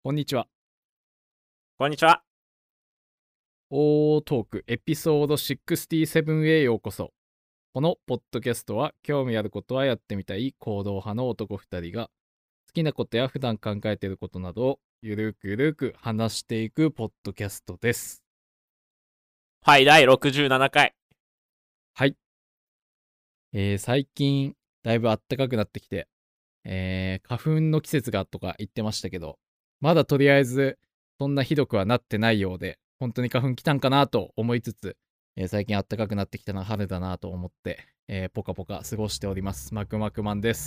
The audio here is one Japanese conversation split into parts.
こんにちは。 こんにちは。 オートークエピソード67へようこそ。このポッドキャストは興味あることはやってみたい行動派の男2人が好きなことや普段考えていることなどをゆるくゆるく話していくポッドキャストです。 はい、第67回。 はい。最近だいぶ暖かくなってきて、花粉の季節がとか言ってましたけど、まだとりあえずそんなひどくはなってないようで、本当に花粉来たんかなと思いつつ、最近暖かくなってきたのは春だなと思って、ポカポカ過ごしております。マクマクマンです。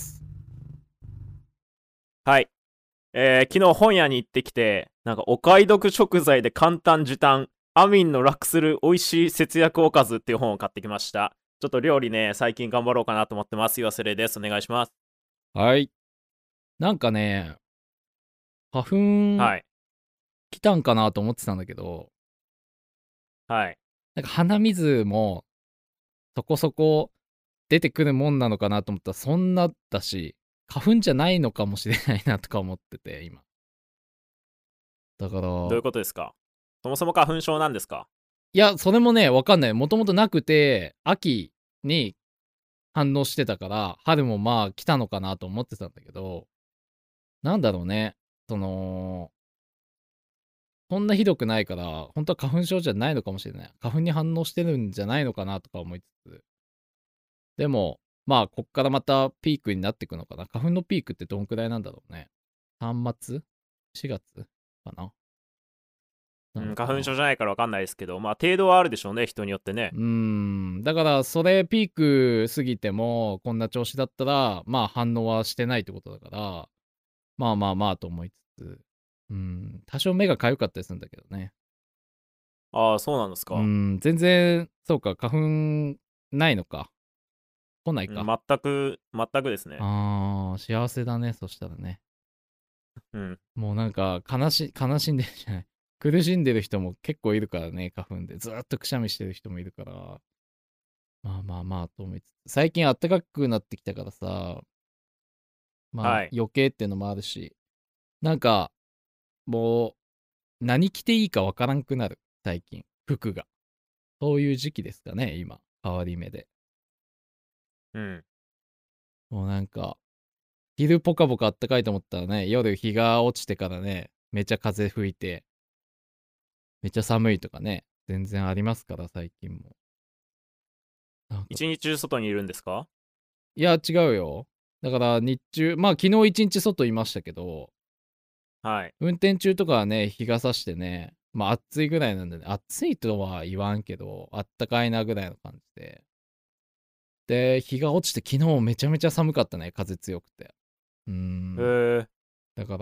はい。昨日本屋に行ってきて、なんかお買い得食材で簡単時短、アミンの楽する美味しい節約おかずっていう本を買ってきました。ちょっと料理ね、最近頑張ろうかなと思ってます。岩瀬礼です。お願いします。 はい。なんかね、花粉はい。 来たんかなと思ってたんだけど、 はい。 なんか鼻水もそこそこ出てくるもんなのかなと思ったらそんなだし、花粉じゃないのかもしれないなとか思ってて、今。だから、 どういうことですか？そもそも花粉症なんですか？ いや、それもね、わかんない。もともとなくて、秋に反応してたから、春もまあ来たのかなと思ってたんだけど、なんだろうね。その、そんなひどくないから、本当は花粉症じゃないのかもしれない。花粉に反応してるんじゃないのかなとか思いつつ。でも、まあ、こっからまたピークになっていくのかな。花粉のピークってどんくらいなんだろうね。3月 ?4 月かななうん、 のかな。 花粉症じゃないからわかんないですけど、まあ程度はあるでしょうね、人によってね。 だからそれピーク過ぎてもこんな調子だったらまあ反応はしてないってことだから、まあまあまあと思いつつ、多少目が痒かったりするんだけどね。 ああ、そうなんですか。 全然そうか、花粉ないのか、来ないうん、 か。 全くですね。 幸せだね、そしたらね。 うん。 もうなんか悲しんでるじゃない、苦しんでる人も結構いるからね、花粉でずっとくしゃみしてる人もいるから、まあまあまあと思いつつ、最近暖かくなってきたからさ、まあはい。 余計っていうのもあるし、なんかもう何着ていいかわからんくなる、最近、服が。そういう時期ですかね、今、変わり目で。 うん。 もうなんか、昼ポカポカあったかいと思ったらね、夜日が落ちてからね、めちゃ風吹いて、めちゃ寒いとかね、全然ありますから、最近も。なんか、 一日中外にいるんですか？ いや、違うよ。だから日中、まあ昨日一日外いましたけど、 はい。 運転中とかはね、日が差してね、まあ暑いぐらいなんでね、暑いとは言わんけど、あったかいなぐらいの感じで。で、日が落ちて昨日めちゃめちゃ寒かったね、風強くて。うーへん。 え。 だから、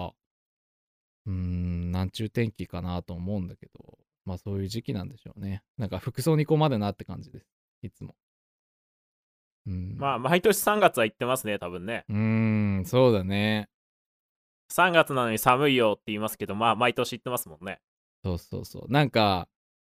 なんちゅう天気かなと思うんだけど、まあそういう時期なんでしょうね。なんか服装に困るなって感じです。いつも。うーん。 まあ、毎年3月は行ってますね、多分ね。 そうだね。 3月なのに寒いよって言いますけど、まあ、毎年行ってますもんね。 そうそうそう。なんか、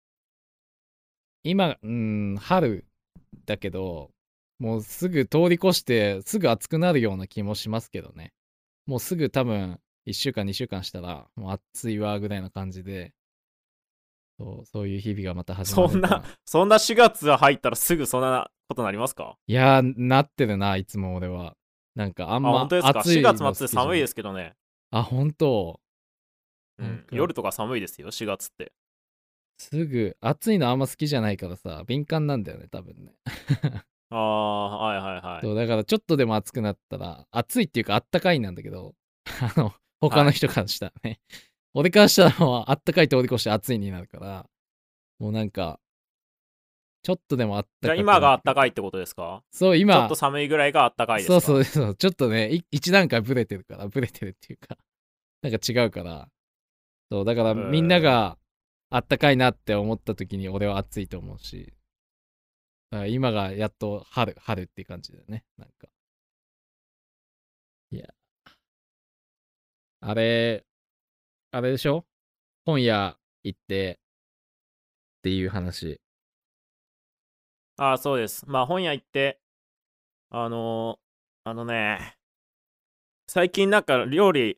今、春だけど、もうすぐ通り越して、すぐ暑くなるような気もしますけどね。もうすぐ多分、1週間、2週間したら、もう暑いわぐらいな感じで、そういう日々がまた始まそんな、 るんかな。 そんな4月入ったらすぐそんなことなりますか？ いやー、なってるな、いつも俺は。なんかあんあ、本ま当ですか？ 暑 4 月いの好末で寒いできじゃない。 すけどね。 あ、本当。 うん。 なんか、 夜とか寒いですよ、4月って。 すぐ、暑いのあんま好きじゃないからさ、敏感なんだよね、多分ね。 ああ、はいはいはい。 そう、だからちょっとでも暑くなったら、暑いっていうかあったかいなんだけど、他はい。 の人からしたらね。俺からしたらもうあったかい通り越して暑いになるから、もうなんか、ちょっとでもあったじゃあかく今があっなってくると。 たかいってことですか？ そう、 ちょっと今、 寒いぐらいがあったかいでそうすか？ そうそう、ちょっとね、一段階ブレてるから、ブレてるっていうか、なんか違うから、そう、だからみんなえがあったかいなって思った時に俺は暑いと思うし、だから今がやっと春っていう感じだよね、なんか。いや、あれ、あれでしょ、本屋行ってっていう話。 ああ、そうです。まあ本屋行って、あのあのね、最近なんか料理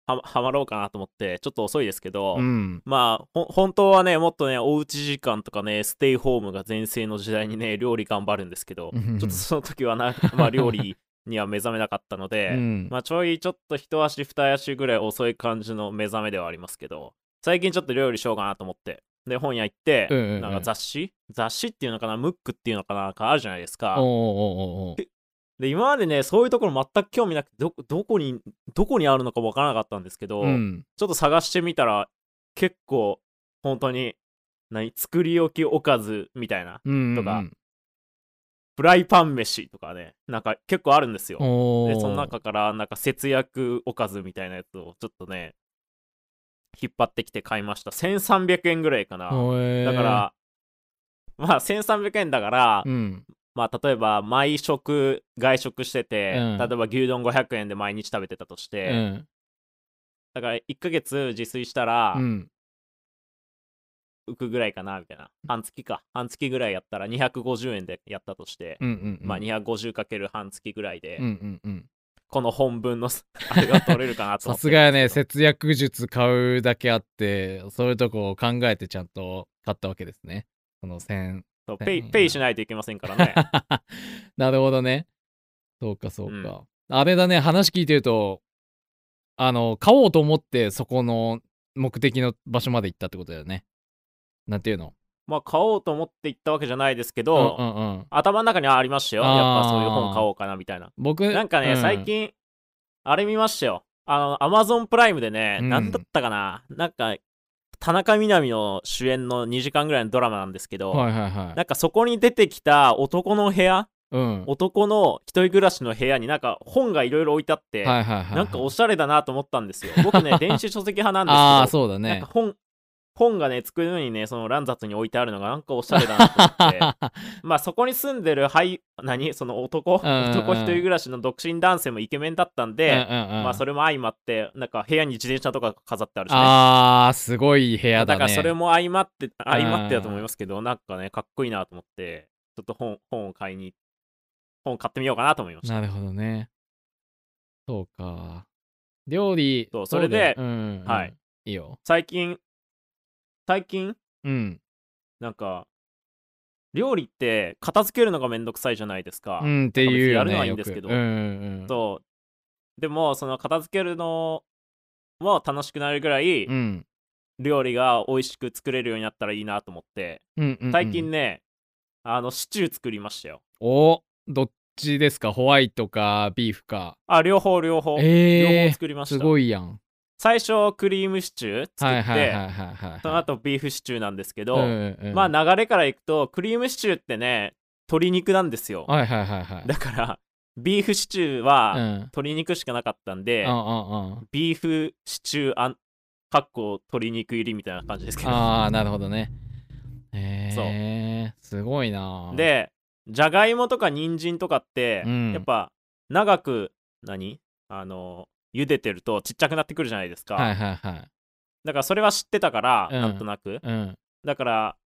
はまろうかなと思って、ちょっと遅いですけど、 うんまあ、本当はね、もっとね、おうち時間とかね、ステイホームが全盛の時代にね、料理頑張るんですけど、 うんうんちょっとその時はまあ、料理には目覚めなかったので、 うんまあ、ちょっと一足二足ぐらい遅い感じの目覚めではありますけど、最近ちょっと料理しようかなと思って、で、本屋行って、 うんうんうんなんか雑誌っていうのかな、ムックっていうのかな、なんかあるじゃないですか。 おうおうおうおうで、今までね、そういうところ全く興味なくて、どこにあるのかわからなかったんですけど、 うんちょっと探してみたら、結構、本当に、作り置きおかずみたいな、 うんうんとか、 うんフライパン飯とかね、なんか結構あるんですよ。で、そのおー中から、なんか節約おかずみたいなやつを、ちょっとね、引っ張ってきて買いました。1300円ぐらいかな。 おえだから、まあ、1300円だから、 うんまあ、例えば毎食外食してて、 うん例えば牛丼500円で毎日食べてたとしうて、 んだから1ヶ月自炊したらうん浮くぐらいかなみたいな、半月ぐらいやったら250円でやったとして、 うんうんうんまあ 250× 半月ぐらいで、 うんうんうんこの本分のあれが取れるかなとさ思ってすがやね、 るんですけ節約術買うだけあって、そういうとこを考えてちゃんと買ったわけですね。その1000、 ど、そう 1000 ペイしないといけませんからね。 なるほどね。そうかそううんか。あれだね、話聞いてると、買おうと思ってそこの目的の場所まで行ったってことだよね。なんていうの？ まあ買おうと思って行ったわけじゃないですけうんど、 うんうん。 頭の中にはありましたよ。やっぱそういう本買おうかなみたいな。 僕、 なんかね、 うん最近、あれ見ましたよ。Amazon プライムでね、 うんなんだったかな。なんか、田中みな実の主演の2時間ぐらいのドラマなんですけど、 はいはいはい。 なんかそこに出てきた男の部屋、 うん。 男の一人暮らしの部屋になんか本がいろいろ置いてあって、 はいはいはいはい。 なんかおしゃれだなと思ったんですよ。僕ね、電子書籍派なんああ、 ですけど、 そうだね。 なんか本がね、机にね、その乱雑に置いてあるのがなんかおしゃれだなと思って、まあそこに住んでるその男うんうんうん一人暮らしの独身男性もイケメンだったんで、 うんうんうんまあそれも相まって、なんか部屋に自転車とか飾ってあるしね。 あー、すごい部屋だね。 だからそれも相まってだと思いますけど、なんかね、かっこいいなと思って、ちょっと本買ってみようかなと思いました。 なるほどね。そうか。料理、 そうそれでうだようん、うん。 はい。 いいよ。 最近、 うん。 なんか、料理って片付けるのがめんどくさいじゃないですか。 うんっていうよね。 なんか別にやるのはいいんよですけど、 くうんうんそう。でも、その片付けるのも楽しくなるぐらい、 うん。うん料理が美味しく作れるようになったらいいなと思って、 うんうんうん。 最近ね、シチュー作りましたよ。 どっちですか？ホワイトかビーフか。 両方。両方作りました。 すごいやん。 最初、クリームシチュー作はいって、 はいはいはいはい。 その後、ビーフシチューなんですけど、 うんうん、 まあ流れからいくと、クリームシチューってね、鶏肉なんですよ。 はいはいはいはい。 だから、ビーフシチューは鶏肉しかなかったんで、ビーフシチューかっこ鶏肉入りみたいな感じですけど。 ああ、なるほどね。 そうすごいな。 で、じゃがいもとか人参とかって、 うんやっぱ長く茹でてるとちっちゃくなってくるじゃないですか。 はいはいはい。 だからそれは知ってたから、 うんなんとなく。 うんだから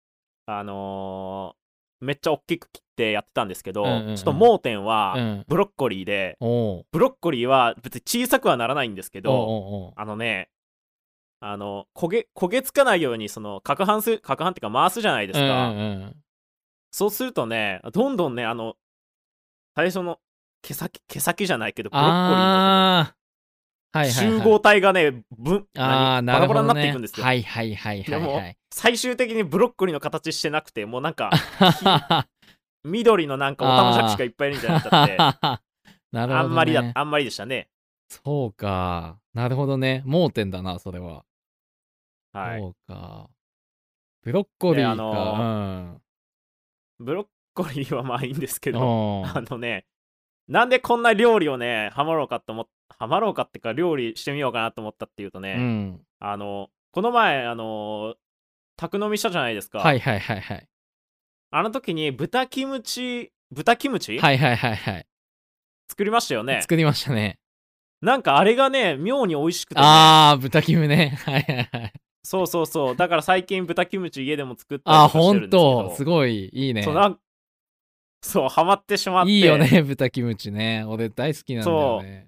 めっちゃ大きく切ってやってたんですけど、 うんうんうんちょっと盲点うはんブロッコリーで、 おうブロッコリーは別に小さくはならないんですけど、 おう焦げつかないようにその攪拌っていうか回すじゃないですか。 うんそうするとね、どんどんね、最初の毛先じゃないけど、ブロッコリーのああ、はいはいはい。 集合体がね、 なバラバラになるほどね。 っていくんですよ。 はいはいはいでもはいはい。 最終的にブロッコリーの形してなくて、もうなんか緑のなんかオタマジャクシがいっぱいいるみたいになっちゃってなるほどね。 あんまりでしたね。 そうか。なるほどね。盲点だな、それは。 はい。 そうか。ブロッコリーでか。 ブロッコリーはまあいいんですけうん。 ど、なんでこんな料理をね、ハマろうかってか料理してみようかなと思ったっていうとうね、 ん。 この前、宅飲みしたじゃないですか。 はいはいはいはい。 あの時に豚キムチはいはいはいはい。 作りましたよね。 作りましたね。 なんかあれがね、妙に美味しくてね。 あー、豚キムね。はいはいはい。 そう。だから最近豚キムチ家でも作ったりとかしてるんですけど。 すごいいいね。 そう、ハマってしまって。 いいよね、豚キムチね。俺大好きなんだよね。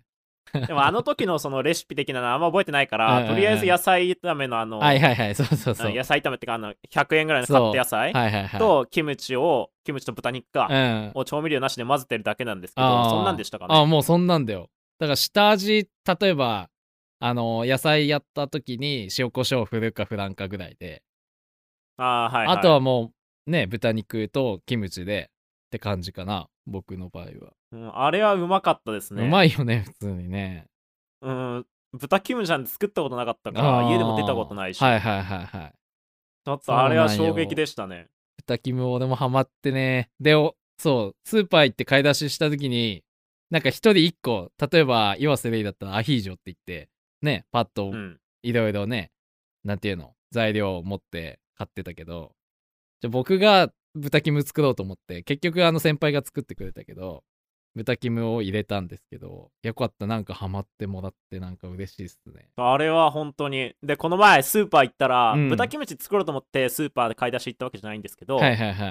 でもあの時のそのレシピ的なのあんま覚えてないから、とりあえず野菜炒めのはいはいはい、そうそうそう。 野菜炒めってか100円ぐらいの買った野菜はいはいはい。 とキムチと豚肉か、を調味料なしで混ぜてるだけなんですけど、そんなんでしたかね。 もうそんなんだよ。だから下味、例えば、野菜やった時に塩コショウ振るか振らんかぐらいで、 はいはい。 あとはもうね、豚肉とキムチでって感じかな、僕の場合は。 あれはうまかったですね。 うまいよね、普通にね。 豚キムチなんて作ったことなかったから、家でも出たことないし。 はいはいはいはい。 ちょっとあれは衝撃でしたね。 豚キム俺もハマってね。で、そう、スーパー行って買い出しした時に、なんか一人一個、例えば岩瀬レイだったらアヒージョって言って、ね、パッといろいろね、なんていうの、材料を持って買ってたけど、僕が豚キム作ろうと思って、結局先輩が作ってくれたけど、豚キムを入れたんですけど、よかった、なんかハマってもらってなんか嬉しいっすね。 あれは本当に。で、この前スーパー行ったら、豚キムチ作ろうと思ってスーパーで買い出し行ったわけじゃないんですけど、 はいはいはい。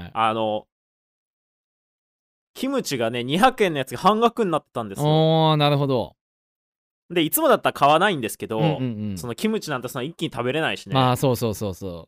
キムチがね、200円のやつが半額になってたんですよ。なるほど。 で、いつもだったら買わないんですけど、そのキムチなんて一気に食べれないしね。 まあ、そうそうそうそう。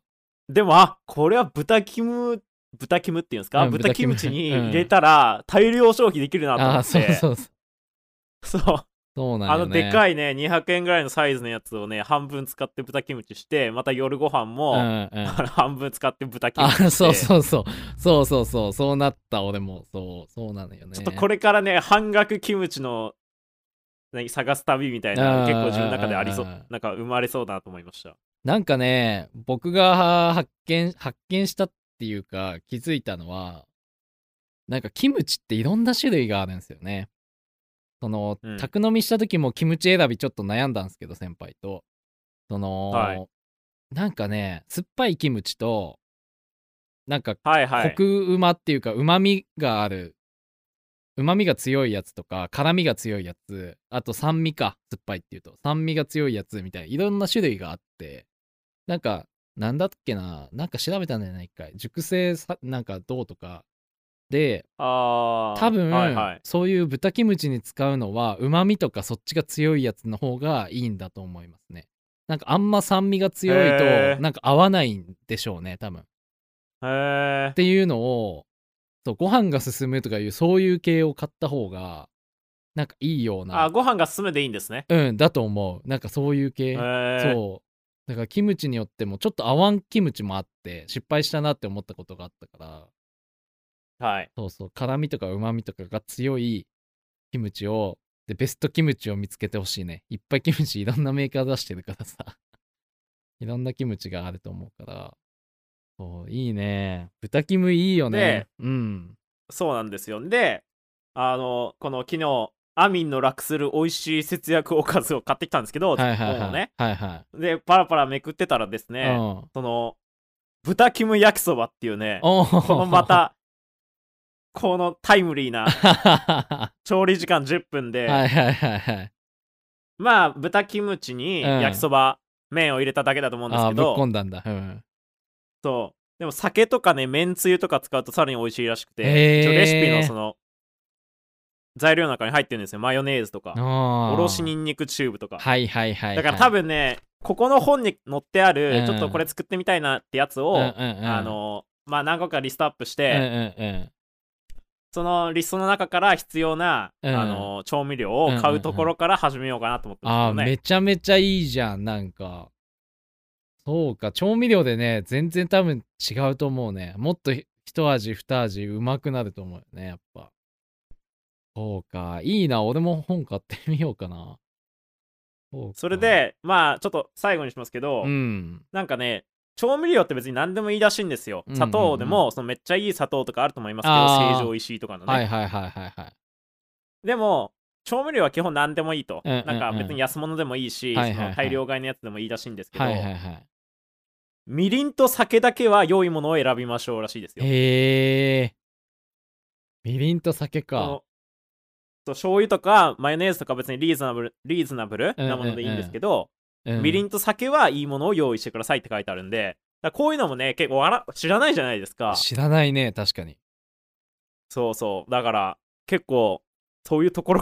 でも、これは豚キムっていうんですか、豚キムチに入れたら大量消費できるなと思って。 そう。そうなんよね。 でかいね、200円ぐらいのサイズのやつをね、半分使って豚キムチして、また夜ご飯も、半分使って豚キムチして。 そうなった俺も。そうなのよね。 ちょっとこれからね、半額キムチの探す旅みたいな、結構自分の中でありそう、なんか生まれそうだなと思いました。 なんかね、僕が発見したっていうか、気づいたのは、なんかキムチっていろんな種類があるんですよね。宅飲みした時もキムチ選びちょっと悩んだんですけど、先輩と。なんかね、酸っぱいキムチと、なんか、コクうまっていうか、うまみがある、うまみが強いやつとか、辛みが強いやつ、あと酸味か、酸っぱいっていうと、酸味が強いやつみたいな、いろんな種類があって、なんか、なんだっけな、なんか調べたんだよな、一回。熟成なんかどうとか。で、多分、そういう豚キムチに使うのは、うまみとかそっちが強いやつの方がいいんだと思いますね。なんかあんま酸味が強いと、なんか合わないんでしょうね、多分。っていうのを、ご飯が進むとかいう、そういう系を買った方が、なんかいいような。 ご飯が進むでいいんですね。 だと思う。なんかそういう系。そう。だからキムチによっても、ちょっと合わんキムチもあって、失敗したなって思ったことがあったから、 はい。 そう、辛みとかうまみとかが強いキムチを、で、ベストキムチを見つけてほしいね。いっぱいキムチいろんなメーカー出してるからさ。いろんなキムチがあると思うから。そう、いいね。豚キムいいよね。 そうなんですよ。で、この昨日、アミンの楽する美味しい節約おかずを買ってきたんですけど、本をね。で、パラパラめくってたらですね、豚キム焼きそばっていうね、このまた、このタイムリーな調理時間10分で、まあ豚キムチに焼きそば、麺を入れただけだと思うんですけど、 ぶっ込んだんだ。 そうでも酒とかね、麺つゆとか使うとさらに美味しいらしくて、レシピのその材料の中に入ってるんですよ。マヨネーズとかおろしにんにくチューブとか。だから多分ね、ここの本に載ってある、ちょっとこれ作ってみたいなってやつを、まあ何個かリストアップして、そのリストの中から必要な、調味料を買うところから始めようかなと思ってますけどね。 めちゃめちゃいいじゃん、なんか。そうか、調味料でね、全然多分違うと思うね。もっと一味二味うまくなると思うよね、やっぱ。そうか、いいな、俺も本買ってみようかな。 それで、まあちょっと最後にしますけど、なんかね、調味料って別に何でもいいらしいんですよ。砂糖でも、そのめっちゃいい砂糖とかあると思いますけど、成城石井とかのね。でも、調味料は基本何でもいいと。なんか別に安物でもいいし、その大量買いのやつでもいいらしいんですけど、みりんと酒だけは良いものを選びましょうらしいですよ。 へえ。みりんと酒か。 醤油とかマヨネーズとか別にリーズナブルなものでいいんですけど、みりんと酒はいいものを用意してくださいって書いてあるんで、こういうのもね、結構知らないじゃないですか。 知らないね、確かに。 そうそう。だから、結構、そういうところ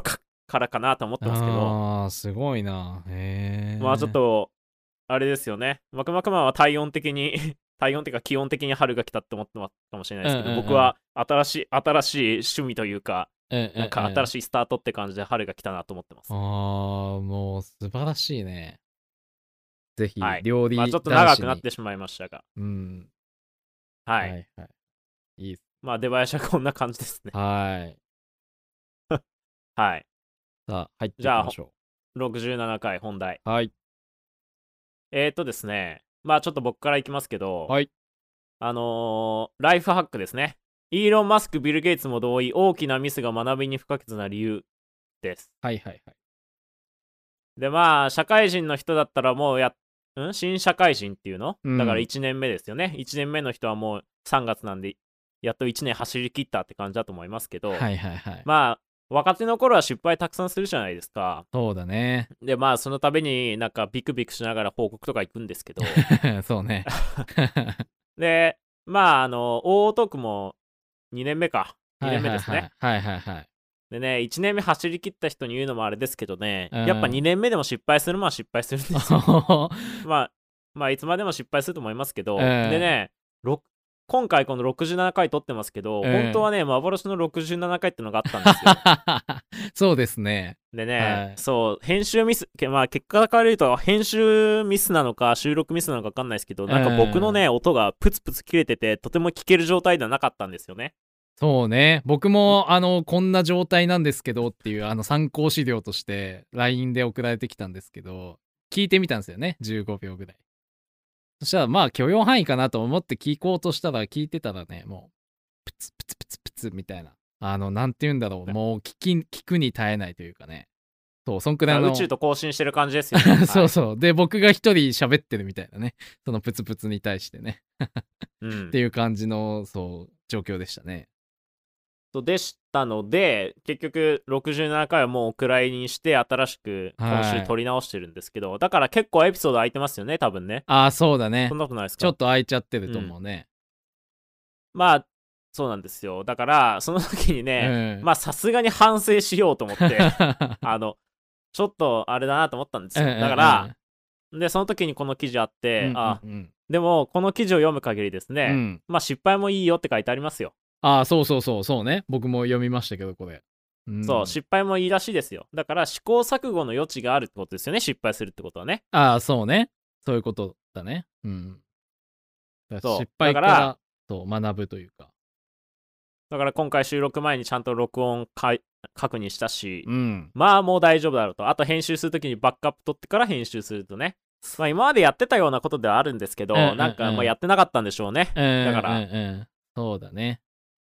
からかなと思ってますけど、 すごいな。へえ。 まあちょっと、あれですよね。マクマクマンは体温的に体温っていうか気温的に春が来たって思ってますかもしれないですけど、僕は新しい趣味というか、なんか新しいスタートって感じで春が来たなと思ってます。 もう素晴らしいね。ぜひ、 はい。 料理まあちょっと男子に。 長くなってしまいましたが。 うん。 はい。 はいはい。いいっす。 まあ出囃子はこんな感じですね。 はい。 はい。 さあ、入ってじゃあ、 いきましょ 67回本題。 う。はい。 ですね。まあちょっと僕からいきますけど、 はい。 ライフハックですね。イーロン・マスク、ビル・ゲイツも同意、大きなミスが学びに不可欠な理由です。 はいはいはい。 で、まあ、社会人の人だったらもう新社会人っていうの、だからうん。 1年目ですよね。1年目の人はもう3月なんで、やっと1年走り切ったって感じだと思いますけど、 はいはいはい。 まあ、若手の頃は失敗たくさんするじゃないですか。 そうだね。 で、まあ、その度になんかビクビクしながら報告とか行くんですけど、 そうね。 で、まあ、大男も2年目か。2 はい年目ですね。 はいはい。はいはいはい。 でね、1年目走り切った人に言うのもあれですけどね、 うん。 やっぱ2年目でも失敗するのは失敗するんですよ。まあ、まあ、いつまでも失敗すると思いますけうど、でん。 ね、今回この67回撮ってますけど、 うん。 本当はね、幻の67回ってのがあったんですよ。 そうですね。 でね、 はい。 そう、編集ミス、まあ結果から言うと、編集ミスなのか、収録ミスなのか分かんないですけど、 うなんか僕のん。 ね、音がプツプツ切れてて、とても聞ける状態ではなかったんですよね。 そうね。僕も、こんな状態なんですけどっていう、参考資料として、LINE で送られてきたんですけど、聞いてみたんですよね。15秒ぐらい。そしたら、まあ、許容範囲かなと思って聞こうとしたら、聞いてたらね、もう、プツプツプツプツみたいな。なんて言うんだろう。もう、聞くに耐えないというかね。そう、そんくらい宇宙の、 と交信してる感じですよね。はい。 そうそう。で、僕が一人喋ってるみたいなね。そのプツプツに対してね。 うん。 っていう感じの、そう、状況でしたね。 でしたので、結局67回はもうお蔵入りにして新しく今週はい。 撮り直してるんですけど、だから結構エピソード空いてますよね、多分ね。 ああ、そうだね。 そんなことないですか？ ちょっと空いちゃってるとうん。 思うね。 まあ、そうなんですよ。だから、その時にうね、 ん。 まあさすがに反省しようと思ってあの、ちょっとあれだなと思ったんでうんうんすよ。だから、 うん。 で、その時にこの記事あっうんて、 うんうん。 でもこの記事を読む限りですね、 うん。 まあ失敗もいいよって書いてありますよ。 ああ、そうそうそう、そうね。僕も読みましたけど、これ。うそう、 ん。 失敗もいいらしいですよ。だから試行錯誤の余地があるってことですよね、失敗するってことはね。 ああ、そうね。そういうことだね。うん。だから失そう。だから、 敗から、そう、学ぶというか。 今回収録前にちゃんと録音確認したし、 うん。 まあもう大丈夫だろうと。あと編集するときにバックアップ取ってから編集するとね。まあ今までやってたようなことではあるんですけうんうど、なんかまあやんってなかったんでしょうね。 うん。うんうんだから、 うん。そうだね。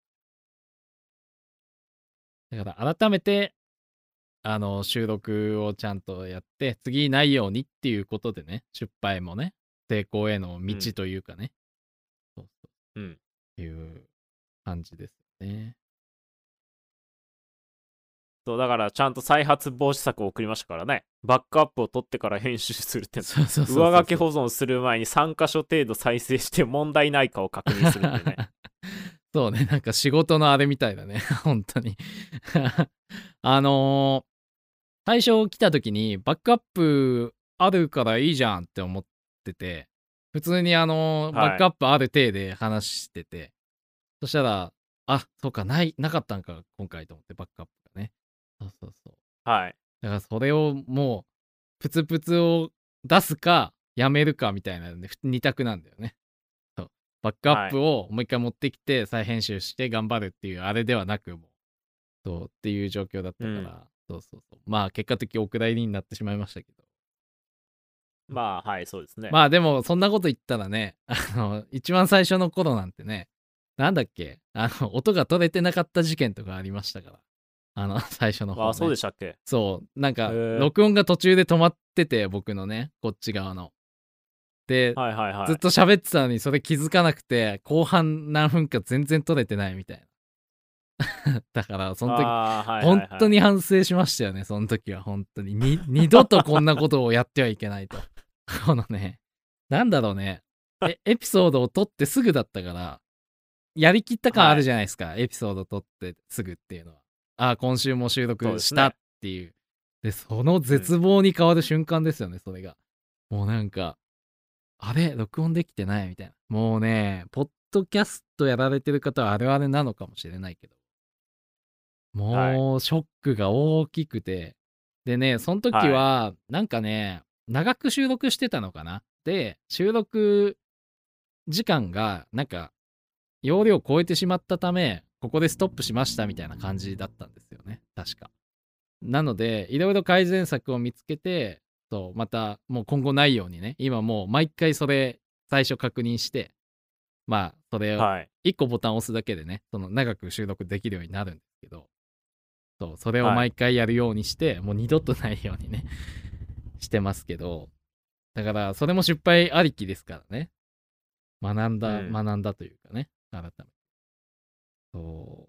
だから改めて、収録をちゃんとやって、次ないようにっていうことでね、失敗もね、成功への道うん、 というかね、そうそううん。 っていう感じですよね。 そう、だからちゃんと再発防止策を送りましたからね。バックアップを取ってから編集するって。 そうそうそう上そうそう。 書き保存する前に3箇所程度再生して問題ないかを確認するっていうね。 そうね、なんか仕事のあれみたいだね、本当に。あのー最初来た時にバックアップあるからいいじゃんって思ってて、普通にバッはい。 クアップある体で話してて、そしたら、あ、そうか、なかったんか、今回と思って、バックアップがね。そうそうそう。 はい。 だからそれをもう、プツプツを出すか、やめるかみたいなので、二択なんだよね。そう。バックアッはい。 プをもう一回持ってきて、再編集して頑張るっていうあれではなく、もう、そうっていう状況だっうん。 たから、そうそうそう。まあ、結果的にお蔵入りになってしまいましたけど。 まあ、はい、そうですね。 まあ、でも、そんなこと言ったらね、一番最初の頃なんてね、なんだっけ、音が取れてなかった事件とかありましたから。最初のあ、そう方ね。 でしたっけ？ そう、なんか、 へえ。 録音が途中で止まってて、僕のね、こっち側の。で、 はいはいはい。 ずっと喋ってたのに、それ気づかなくて、後半何分か全然取れてないみたいな。だから、その時、 ああ、はいは本いはい。 当に反省しましたよね、その時は、本当に。二度とこんなことをやってはいけないと。このね、なんだろうね、エピソードを撮ってすぐだったから、やりきった感あるはい。 じゃないですか、エピソード撮ってすぐっていうのは。ああ、今週も収録したっそうですね。 っていう。で、その絶望に変わる瞬間ですよね、それが。もうなんか、あれ録音できてないみたいな。もうね、ポッドキャストやられてる方はあれあれなのかもしれないけど、 はい。 もうショックが大きくて。でね、その時はい。 は、なんかね、長く収録してたのかな。で、収録時間が、なんか、容量を超えてしまったため、ここでストップしましたみたいな感じだったんですよね。確か。なので、いろいろ改善策を見つけて、そう、また、もう今後ないようにね、今もう毎回それ、最初確認して、まあ、それを、 はい。 1個ボタンを押すだけでね、その長く収録できるようになるんですけど、そう、それをはい。 毎回やるようにして、もう二度とないようにね、してますけど、だから、それも失敗ありきですからね。学んだというかね、改めて。そう。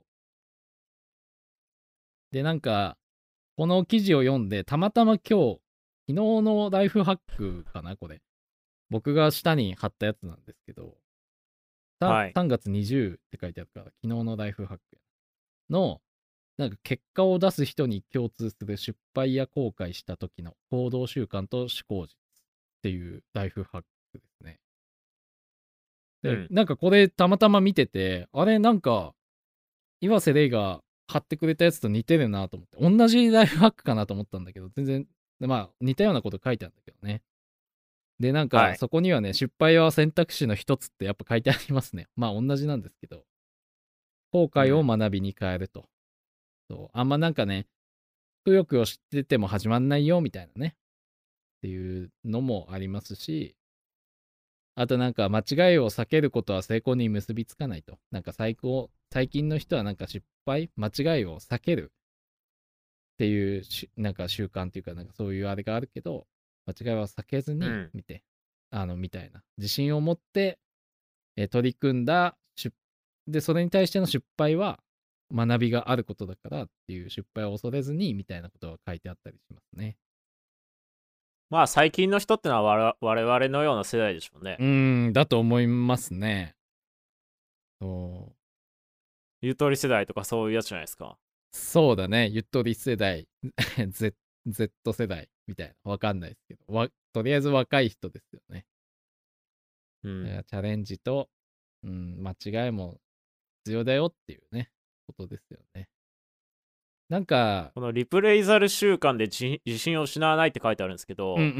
で、なんか、この記事を読んで、たまたま今日、昨日のライフハックかな、これ。僕が下に貼ったやつなんですけど、 はい。 3月20って書いてあるから、昨日のライフハックの、なんか結果を出す人に共通する失敗や後悔した時の行動習慣と思考術っていうライフハックですね。で、 うん。 なんかこれたまたま見てて、あれなんか、岩瀬レイが貼ってくれたやつと似てるなと思って、同じライフハックかなと思ったんだけど、全然、まあ似たようなこと書いてあるんだけどね。で、なんかはい。 そこにはね、失敗は選択肢の一つってやっぱ書いてありますね。まあ同じなんですけど、後悔をうん。 学びに変えると。そう、あんまなんかね、くよくよしてても始まんないよみたいなね、っていうのもありますし、あとなんか間違いを避けることは成功に結びつかないと。なんか最近の人はなんか間違いを避けるっていうなんか習慣っていうか、なんかそういうあれがあるけど、間違いは避けずうん。 に見て、みたいな。自信を持って、取り組んだで、それに対しての失敗は学びがあることだからっていう失敗を恐れずにみたいなことが書いてあったりしますね。 まあ、最近の人ってのは我々のような世代でしょうね。 だと思いますね。そう。 ゆとり世代とかそういうやつじゃないですか。 そうだね。ゆとり世代、Z 世代みたいな。わかんないですけど。とりあえず若い人ですよね。 うん。 だからチャレンジと、間違いも必要だよっていうね、ことですよね。なんか、 このリプレイザル習慣で自信を失わないって書いてあるんですけうんうんど、 うん。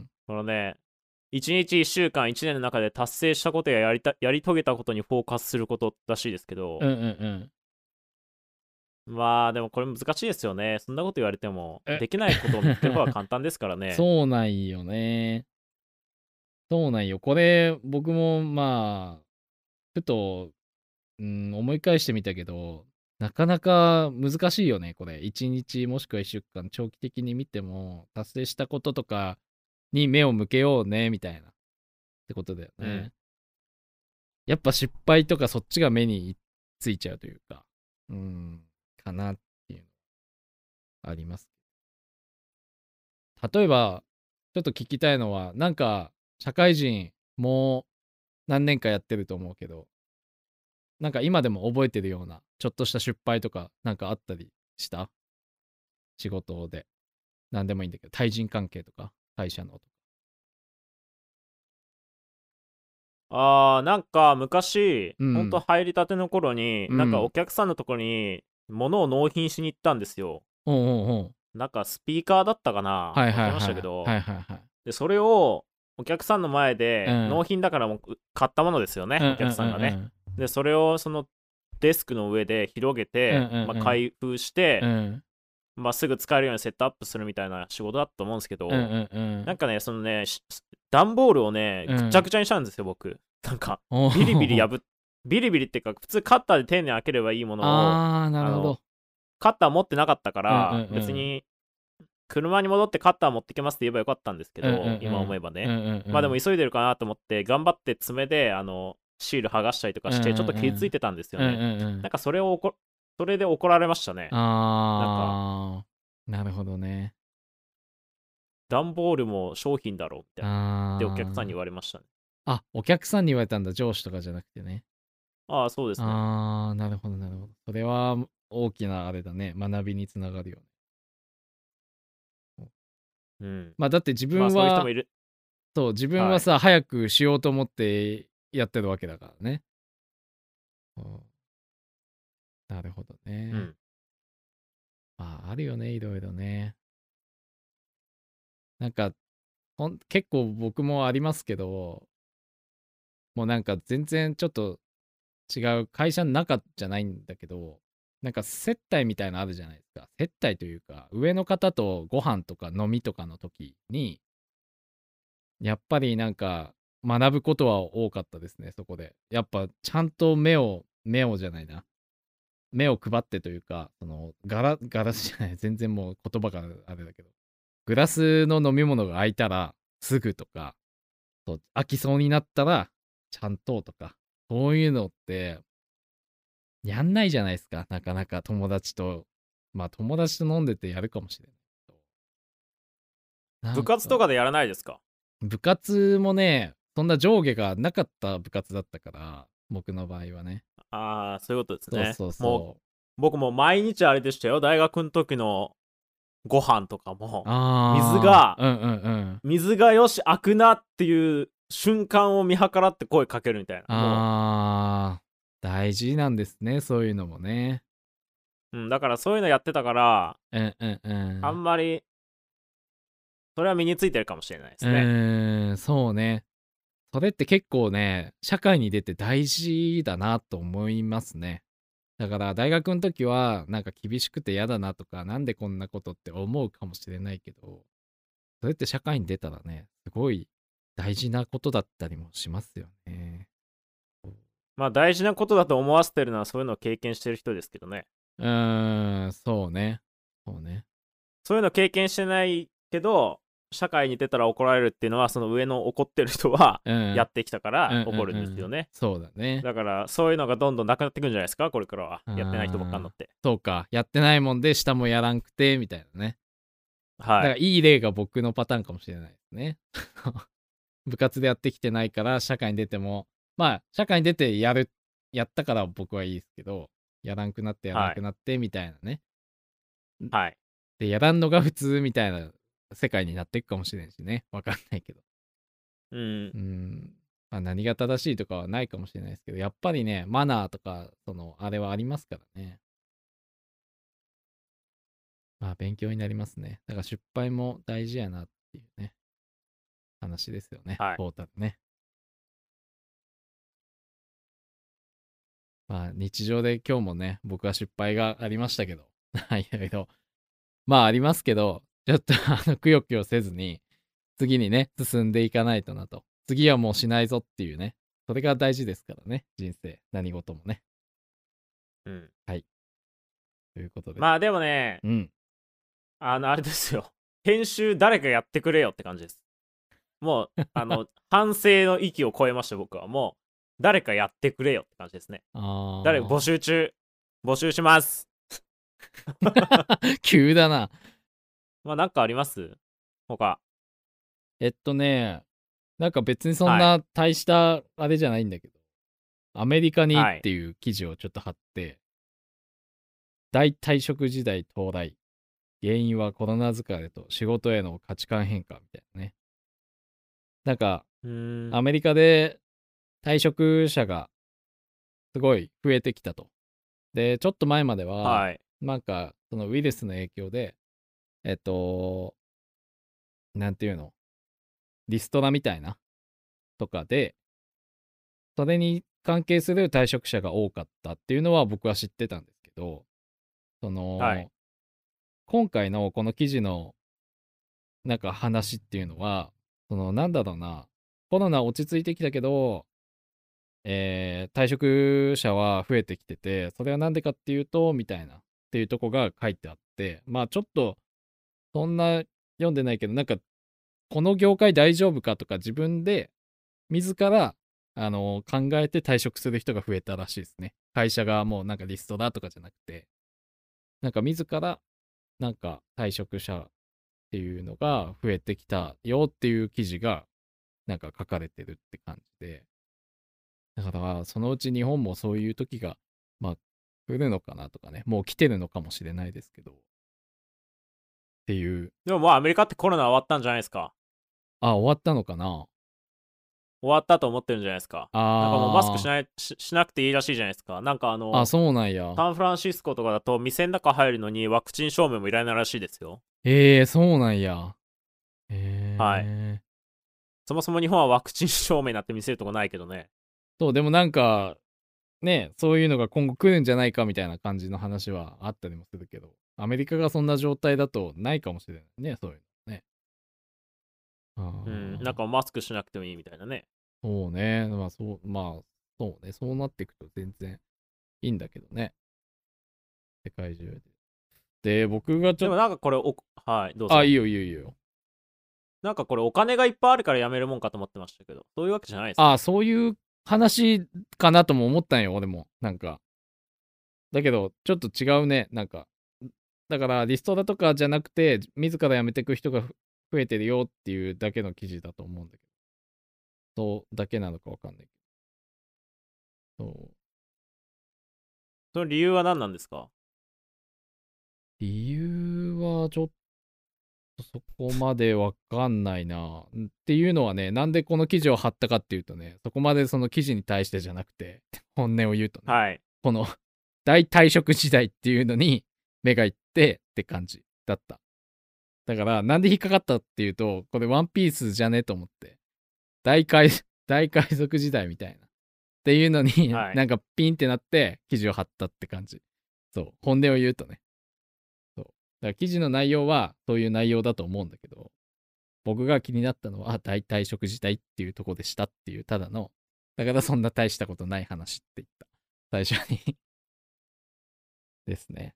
このね、1日1週間1年の中で達成したことややり遂げたことにフォーカスすることらしいですけど、 うんうんうん。 まあでもこれ難しいですよね。そんなこと言われても、 えできないことを見つける方が簡単ですからね。 そうなんよね。そうなんよ。これ、僕もまあ、ふと、思い返してみたけど、なかなか難しいよね、これ。1日もしくは1週間、長期的に見ても、達成したこととかに目を向けようね、みたいな。ってことだようん。 ね。やっぱ失敗とかそっちが目についちゃうというか、かなっていうのあります。例えば、ちょっと聞きたいのは、なんか、社会人もう何年かやってると思うけど、なんか今でも覚えてるような、ちょっとした失敗とか、なんかあったりした仕事で。なんでもいいんだけど、対人関係とか、会社のとか。 なんか昔、ほんとうん。 入りたての頃に、なんかおうん。 客さんのところに物を納品しに行ったんですよ。 おうおうおう。 なんかスピーカーだったかなはい忘れましはいはい。 たけど、 はいはいはい。 で、それをお客さんの前で、納うん。 品だからもう買ったものですよね、おうんうんうん客さんがね。 うん。 で、それをそのデスクの上で広げうんうて、まあ、 ん開封しうん。 て、 うん。 まあ、すぐ使えるようにセットアップするみたいな仕事だと思うんですけうんうど、 んうん。 なんかね、そのね、段ボールをね、ぐっちゃうん。 ぐちゃにしたんですよ、僕。なんか、 おビリビリお。 ビリビリっていうか、普通カッターで丁寧に開ければいいものを、 なるあの、 ほど。 カッター持ってなかったかうんうんら、 うん。 別に車に戻ってカッター持ってきますって言えばよかったんですけうんうんど、今思うん。 えばね。 うんうんうまあでもん。 急いでるかなと思って、頑張って爪で、シール剥がしたりとかうんうして、ちょっと傷ついんてたんですようん。うんね。 うんうん。 なんかそれで怒られましたね。なんか、 なるほどね。 段ボールも商品だろうみたいな。で、お客さんに言あわれましたね。 お客さんに言われたんだ。上司とかじゃなくてね。 ああ、そうですね。 なるほどなるほど。それは大きなあれだね。学びにつながるよね。 うん。 まあだって自まあ分は、 そういう人もいる。 そう、自分はい。 はさ、早くしようと思ってやってるわけだからね。うん、なるほどね。 うん。 まあ、あるよね、いろいろね。なんか、結構僕もありますけど、もうなんか全然ちょっと違う会社の中じゃないんだけど、なんか接待みたいなのあるじゃないですか。接待というか、上の方とご飯とか飲みとかの時に、やっぱりなんか学ぶことは多かったですね、そこで。やっぱちゃんと目をじゃないな。目を配ってというか、ガラスじゃない、全然もう言葉があれだけど、グラスの飲み物が空いたらすぐとか、そう飽きそうになったらちゃんととか、そういうのってやんないじゃないですか、なかなか友達と。まあ友達と飲んでてやるかもしれないけど。な部んか、 活とかでやらないですか？ 部活もね、そんな上下がなかった部活だったから、僕の場合はね。 ああ、そういうことですね。 そうそうもう、 そう。 僕も毎日あれでしたよ。大学の時のご飯とかも、水が、 ああ、うんうんうん。 水がよし、開くなっていう瞬間を見計らって声かけるみたいな。もああ、大事なんですね、そういうのもね。 う、うん、だからそういうのやってたから、 うんうんうあん。 んまり、それは身についてるかもしれないでうすね。 ーん、そうね。それって結構ね、社会に出て大事だなと思いますね。だから大学の時はなんか厳しくて嫌だなとか、なんでこんなことって思うかもしれないけど、それって社会に出たらね、すごい大事なことだったりもしますよね。 まあ大事なことだと思わせてるのはそういうのを経験してる人ですけどね。 うーん、そうね。そうね。 そういうの経験してないけど、社会に出たら怒られるっていうのは、その上の怒ってる人はうん。 やってきたかうんうんら怒るんうん。 ですよね。 そうだね。 だからそういうのがどんどんなくなってくんじゃないですか、これからは。やってない人ばっかになああ、 って。 そうか。やってないもんで下もやらんくて、みたいなね。だからはい。 いい例が僕のパターンかもしれないですね。部活でやってきてないから社会に出ても、まあ社会に出てやったから僕はいいですけど、やらんくなってやらんはい。 くなってみたいなね。 はい。 で、やらんのが普通みたいな世界になっていくかもしれんしね。わかんないけど。 うん。 うん。まあ何が正しいとかはないかもしれないですけど、やっぱりね、マナーとか、あれはありますからね。まあ勉強になりますね。だから失敗も大事やなっていうね、話ですよね。 はい。 トータルね。まあ日常で今日もね、僕は失敗がありましたけど、いろいろ、まあありますけど、ちょっとくよくよせずに、次にね、進んでいかないとなと。次はもうしないぞっていうね。それが大事ですからね、人生。何事もね。 うん。 はい。ということで。 まあでもね、 うん。 あれですよ。編集誰かやってくれよって感じです。もう、反省の域を超えました、僕は。もう、誰かやってくれよって感じですね。誰募あ集中。募集します。 ー。急だな。 まあなんかあります他？ なんか別にそんはい。 な大したあれじゃないんだけど、アメリカにっはい。 ていう記事をちょっと貼って、大退職時代到来。原因はコロナ疲れと仕事への価値観変化みたいなね。なんか、 うーん。 アメリカで退職者がすごい増えてきたと。で、ちょっと前までは、 はい。 なんか、そのウイルスの影響で、えっと、なんていうの、リストラみたいなとかで、それに関係する退職者が多かったっていうのは僕は知ってたんですけど、そはい。 の、今回のこの記事のなんか話っていうのは、なんだろうな、コロナ落ち着いてきたけど、退職者は増えてきてて、それはなんでかっていうと、みたいな、っていうとこが書いてあって、まあちょっと、そんな読んでないけど、なんか、この業界大丈夫かとか自分で自ら、考えて退職する人が増えたらしいですね。会社がもうなんかリストだとかじゃなくて、なんか自ら、なんか退職者っていうのが増えてきたよっていう記事が、なんか書かれてるって感じで、だからそのうち日本もそういう時が、まあ、来るのかなとかね、もう来てるのかもしれないですけど、 ていう。 でももうアメリカってコロナ終わったんじゃないですか。 あ、終わったのかな。 終わったと思ってるんじゃないですか。なんかもうマスクあしなくていいらしいじゃないですか。なんかあ、そうなんや。 サンフランシスコとかだと店の中入るのにワクチン証明もいらないらしいですよ。 そうなんや。 はい。 えー。 そもそも日本はワクチン証明なんて見せるとこないけどね。 そう、でもなんか、ね、そういうのが今後来るんじゃないかみたいな感じの話はあったりもするけど、アメリカがそんな状態だとないかもしれないね、そういうのね。あうん。なんあ、 かマスクしなくてもいいみたいなね。 そうね。そうね。そうなっていくと全然いいんだけどね。世界中で。で、僕がちょっと、 でもなんかこれはい、どうあ、いぞ。 いよいいよいいよ。 なんかこれお金がいっぱいあるからやめるもんかと思ってましたけど、そういうわけじゃないですあ、 か。 そういう話かなとも思ったんよ、俺も。なんか。だけど、ちょっと違うね。なんか。だから、リストラとかじゃなくて、自ら辞めていく人が増えてるよっていうだけの記事だと思うんだけど、そうだけなのかわかんないけど。そう。 その理由は何なんですか？ 理由はちょっとそこまでわかんないな。っていうのはね、なんでこの記事を貼ったかっていうとね、そこまでその記事に対してじゃなくて、本音を言うとね、 はい。 この大退職時代っていうのに目がいってって感じだった。だから、なんで引っかかったっていうと、これワンピースじゃねと思って、大海大海賊時代みたいな。っていうのにはい。 なんかピンってなって記事を貼ったって感じ。そう、本音を言うとね。そう。だから記事の内容はそういう内容だと思うんだけど、僕が気になったのは大退職時代っていうとこでしたっていうただの、だからそんな大したことない話って言った。最初にですね。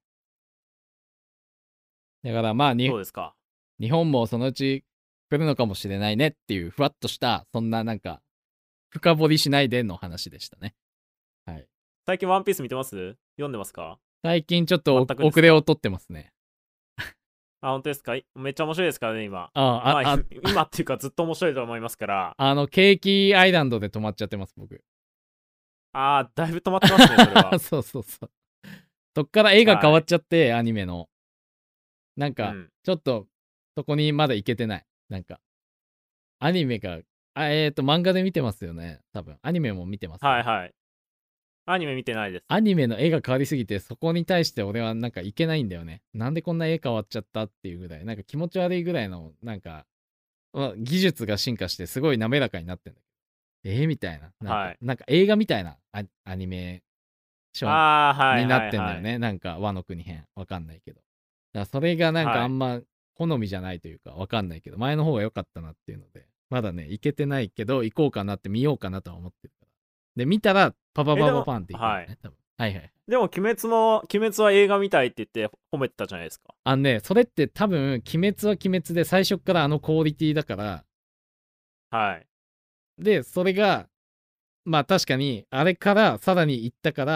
だからまあそうですか。 日本もそのうち来るのかもしれないねっていうふわっとしたそんななんか深掘りしないでの話でしたね。はい。 最近ワンピース見てます？読んでますか？ 最近ちょっ全と遅くですか？ れを取ってますね。 あ、本当ですか？めっちゃ面白いですからね、今。まあ、 ああ、 今っていうかずっと面白いと思いますから。 ケーキアイランドで止まっちゃってます、僕。 だいぶ止まってますね、それは。 そうそうそう。そっから絵が変わっはい。 ちゃって、アニメの。なんか、 うん。 ちょっと、そこにまだいけてない。なんか、アニメが、漫画で見てますよね。多分。アニメも見てます？ はいはい。アニメ見てないです。 アニメの絵が変わりすぎて、そこに対して俺はなんかいけないんだよね。なんでこんな絵変わっちゃったっていうぐらい、なんか気持ち悪いぐらいの、なんか、技術が進化してすごい滑らかになってんだけど。みたいな。なんか、 はい。 なんか映画みたいなアニメーションはいになっはいはい。 てんだよね。なんか和の国編。わかんないけど。だからそれがなんかはい。 あんま好みじゃないというかわかんないけど、前の方が良かったなっていうので、まだね、行けてないけど、行こうかなって見ようかなとは思ってるから。で、見たら、パパパでも、 パパンっていくんだはい。 よね、多分。はいはい。 でも、鬼滅は映画みたいって言って褒めてたじゃないですか。 それって多分、鬼滅は鬼滅で最初からあのクオリティだから、 はい。 で、それが、まあ確かに、あれからさらに行ったから、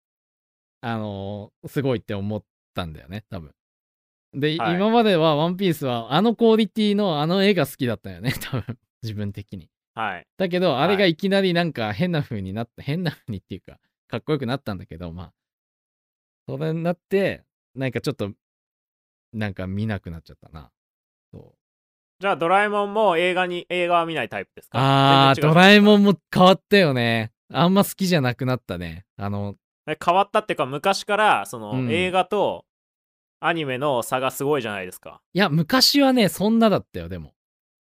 すごいって思ったんだよね、多分。で、 はい。 今まではワンピースはあのクオリティのあの絵が好きだったよね、多分。自分的に。 はい。 だけど、あれはい。 がいきなりなんか変な風になった、変な風にっていうか、かっこよくなったんだけど、まあ、それになって、なんかちょっと、なんか見なくなっちゃったな。そう。 じゃあ、ドラえもんも映画は見ないタイプですか？全然違うじゃドないですか。 ラえもんも変わったよね。あんま好きじゃなくなったね。 変わったっていうか、昔から、その映うん。 画とアニメの差がすごいじゃないですか。 いや、昔はね、そんなだったよ、でも。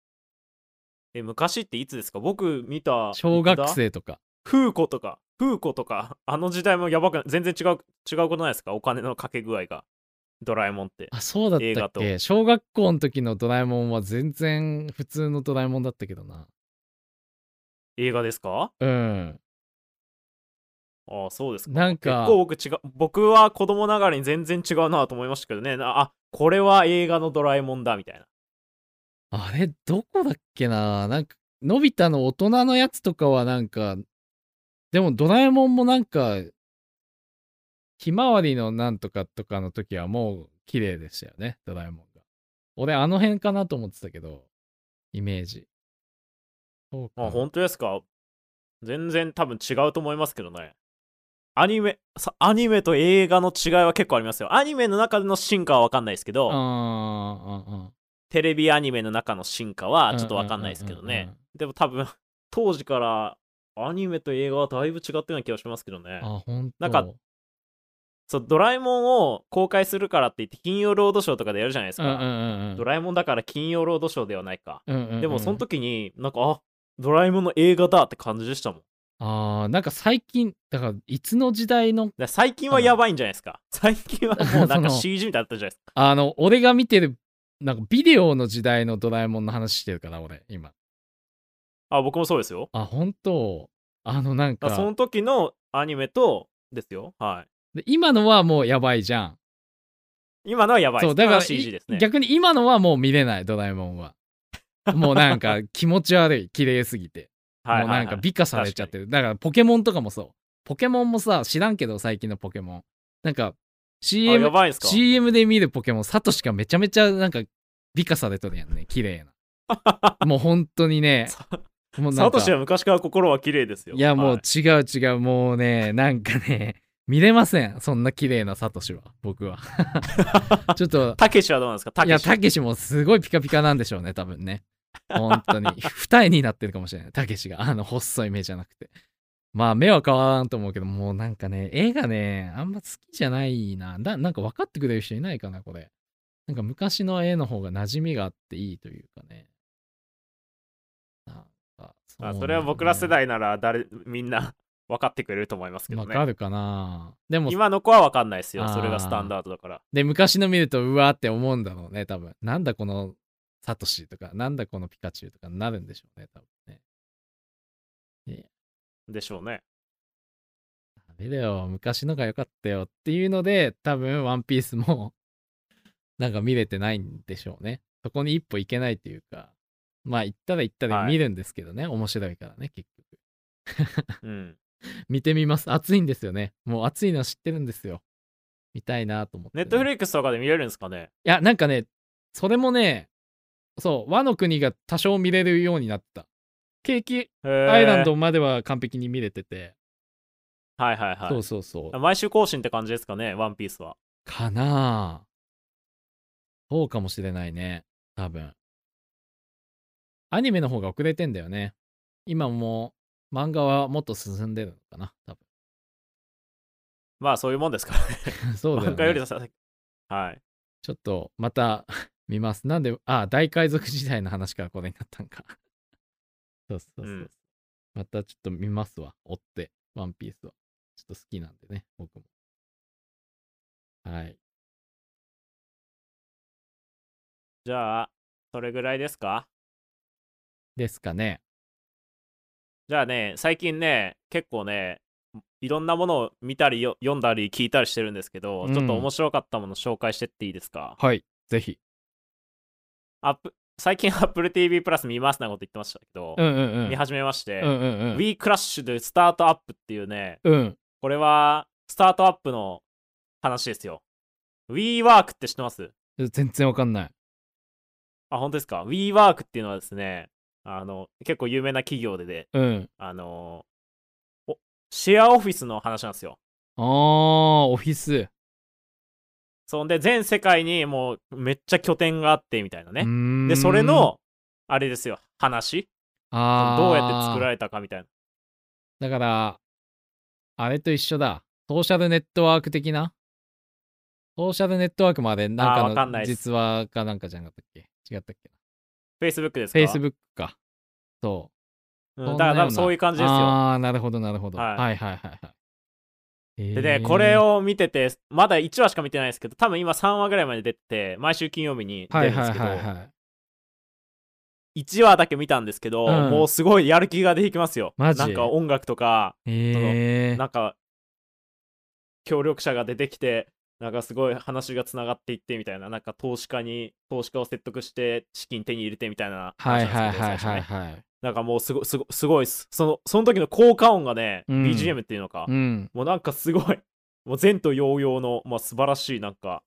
昔っていつですか？僕見た、い小学つだ？ 生とか。 フーコとか、あの時代もやばく全然違うことないですか？お金のかけ具合が。ドラえもんって。 あ、そうだっ映画と。 たっけ？小学校の時のドラえもんは全然普通のドラえもんだったけどな。 映画ですか？ うん。 ああ、そうですか。 なんか、 結構僕は子供ながらに全然違うなと思いましたけどね。これは映画のドラえもんだ、みたいな。 あれ、どこだっけな。なんか、のび太の大人のやつとかはなんか、でもドラえもんもなんか、ひまわりのなんとかとかの時はもう綺麗でしたよね、ドラえもんが。俺、あの辺かなと思ってたけど、イメージ。そうかな。 本当ですか？全然多分違うと思いますけどね。 アニメと映画の違いは結構ありますよ。アニメの中での進化は分かんないですけど、テレビアニメの中の進化はちょっと分かんないですけどね。でも多分当時からアニメと映画はだいぶ違ったような気がしますけどね。 あ、ほんなんかと。 そうドラえもんを公開するからって言って金曜ロードショーとかでやるじゃないですか。ドラえもんだから金曜ロードショーではないか。でもその時になんかドラえもんの映画だって感じでしたもん。 なんか最近、だからいつの時代の、 最近はやばいんじゃないですか。最近はもうなんか CG みたいだったじゃないですか。 俺が見てる、なんかビデオの時代のドラえもんの話してるから、俺、今。 僕もそうですよ。 あ、本当。なんか、 その時のアニメとですよ。はい。 で今のはもうやばいじゃん。 今のはやばいそう、 です。今のはだから CG ですね。 逆に今のはもう見れない、ドラえもんは。もうなんか気持ち悪い、綺麗すぎて。もうなんか美化されちゃってる。だからポケモンとかもそう。ポケモンもさ、知らんけど最近のポケモン。なんかやばいんすか CM で見るポケモン、サトシがめちゃめちゃなんか美化されとるやんね、綺麗な。もう本当にね、もうなんかサトシは昔から心は綺麗ですよ。 いやもう違う違う、もうね、なんかね、見れません、そんな綺麗なサトシは、僕は。ちょっと、 たけしはどうなんですか。 いや、たけしもすごいピカピカなんでしょうね、多分ね。本当に。二重になってるかもしれない、たけしが。細い目じゃなくて。まあ、目は変わらんと思うけど、もうなんかね、絵がね、あんま好きじゃないな。なんか分かってくれる人いないかな、これ。なんか昔の絵の方が馴染みがあっていいというかね。なんかそうなんだよね、 それは僕ら世代ならみんな分かってくれると思いますけどね。 分かるかな。でも、 今の子は分かんないですよ。それがスタンダードだから。 で、昔の見ると、うわーって思うんだろうね、多分。なんだこのサトシとか、なんだこのピカチュウとかなるんでしょうね、多分ね。 でしょうね。 ダメだよ、昔のが良かったよっていうので、多分、ワンピースもなんか見れてないんでしょうね。そこに一歩行けないというか、まあ、行ったら行ったで見るんですけどね、面白いからね、結局。 うん。 見てみます。熱いんですよね。もう熱いのは知ってるんですよ。見たいなと思って、 ネットフリックスとかで見れるんですかね。 いや、なんかね、それもね、そう、和の国が多少見れるようになった。ケーキアイランドまでは完璧に見れてて。 はいはいはい。 そうそうそう。 毎週更新って感じですかね、ワンピースは。 かなあ。そうかもしれないね。多分。アニメの方が遅れてんだよね。今も漫画はもっと進んでるのかな、多分。 まあそういうもんですからね。 そうだよ漫画よりね。 さ、はい。 ちょっとまた見ます。なんで、大海賊時代の話からこれになったんか。そうそうそう。 うん、 またちょっと見ますわ。追って、ワンピースは。ちょっと好きなんでね、僕も。はい。 じゃあ、それぐらいですか。 ですかね。 じゃあね、最近ね、結構ね、いろんなものを見たり読んだり聞いたりしてるんですけど、ちょっと面白かったもの紹介してっていいですか。 はい、ぜひ。 最近 Apple TV プラス見ますなこと言ってましたけど、見始めまして、We Crash でスタートアップっていうね、これはスタートアップの話ですよ。WeWork って知ってます？ 全然わかんない。 本当ですか？ WeWork っていうのはですね、結構有名な企業で、シェアオフィスの話なんですよ。 オフィス。 そんで全世界にもうめっちゃ拠点があってみたいなね。でそれのあれですよ、話。どうやって作られたかみたいな。 だからあれと一緒だ。ソーシャルネットワーク的な。ソーシャルネットワークまでなんかの実話かなんかじゃなかったっけ？違ったっけな。Facebook ですか？ Facebook か。そう。 だから多分そういう感じですよ。 なるほどなるほど。はいはいはいはい。 でね、これを見てて、まだ1話しか見てないですけど、多分今3話ぐらいまで出てて、毎週金曜日に出るんですけど、1話だけ見たんですけど、もうすごいやる気が出てきますよ。なんか音楽とか、なんか協力者が出てきて、なんかすごい話がつながっていってみたいな、なんか投資家を説得して資金手に入れてみたいな話なんですけど、最初ね。なんかもうすごいっす。その時の効果音がね、BGM っていうのか、もうなんかすごい、もう前途洋々の、まあ、素晴らしいなんか、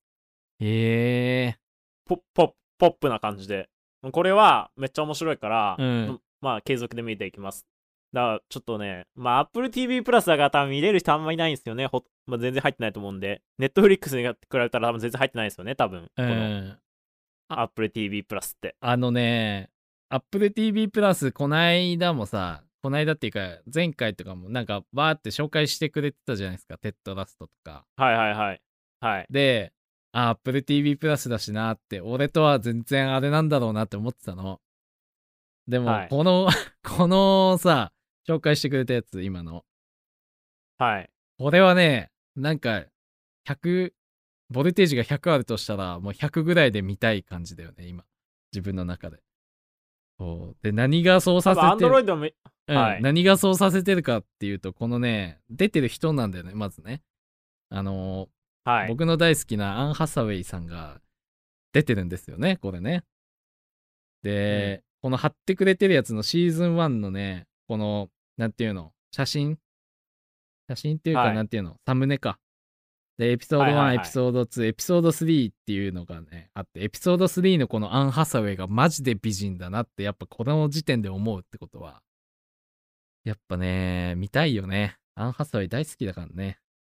ポップな感じで、これはめっちゃ面白いから、まあ継続で見ていきます。 だからちょっとね、まあ Apple TV プラスだから多分見れる人あんまいないんですよね。まあ、全然入ってないと思うんで。Netflix に比べたら多分全然入ってないですよね、多分。この Apple TV プラスって。 Apple TV プラスこないだもさ、こないだっていうか前回とかもなんかバーって紹介してくれてたじゃないですか、テッドラストとか。 はいはいはい。はい。 で、Apple TV プラスだしなって、俺とは全然あれなんだろうなって思ってたの。でも、 はい。 このさ、紹介してくれたやつ、今の。 はい。 これはね、なんか、100、ボルテージが100あるとしたら、もう100ぐらいで見たい感じだよね、今。自分の中で。そうで、何がそう多分させてる、 Android も、はい。 何がそうさせてるかっていうと、このね、出てる人なんだよね、まずね。 はい。 僕の大好きなアン・ハサウェイさんが出てるんですよね、これね。 うん。 で、この貼ってくれてるやつのシーズン1のね、この、なんていうの、写真っていうか、 はい。 なんていうの、サムネか。で、エピソード1、エピはいはいはい。 ソード2、エピソード3っていうのがね、あって、エピソード3のこのアン・ハサウェイがマジで美人だなって、やっぱこの時点で思うってことは、やっぱね、見たいよね。アン・ハサウェイ大好きだからね。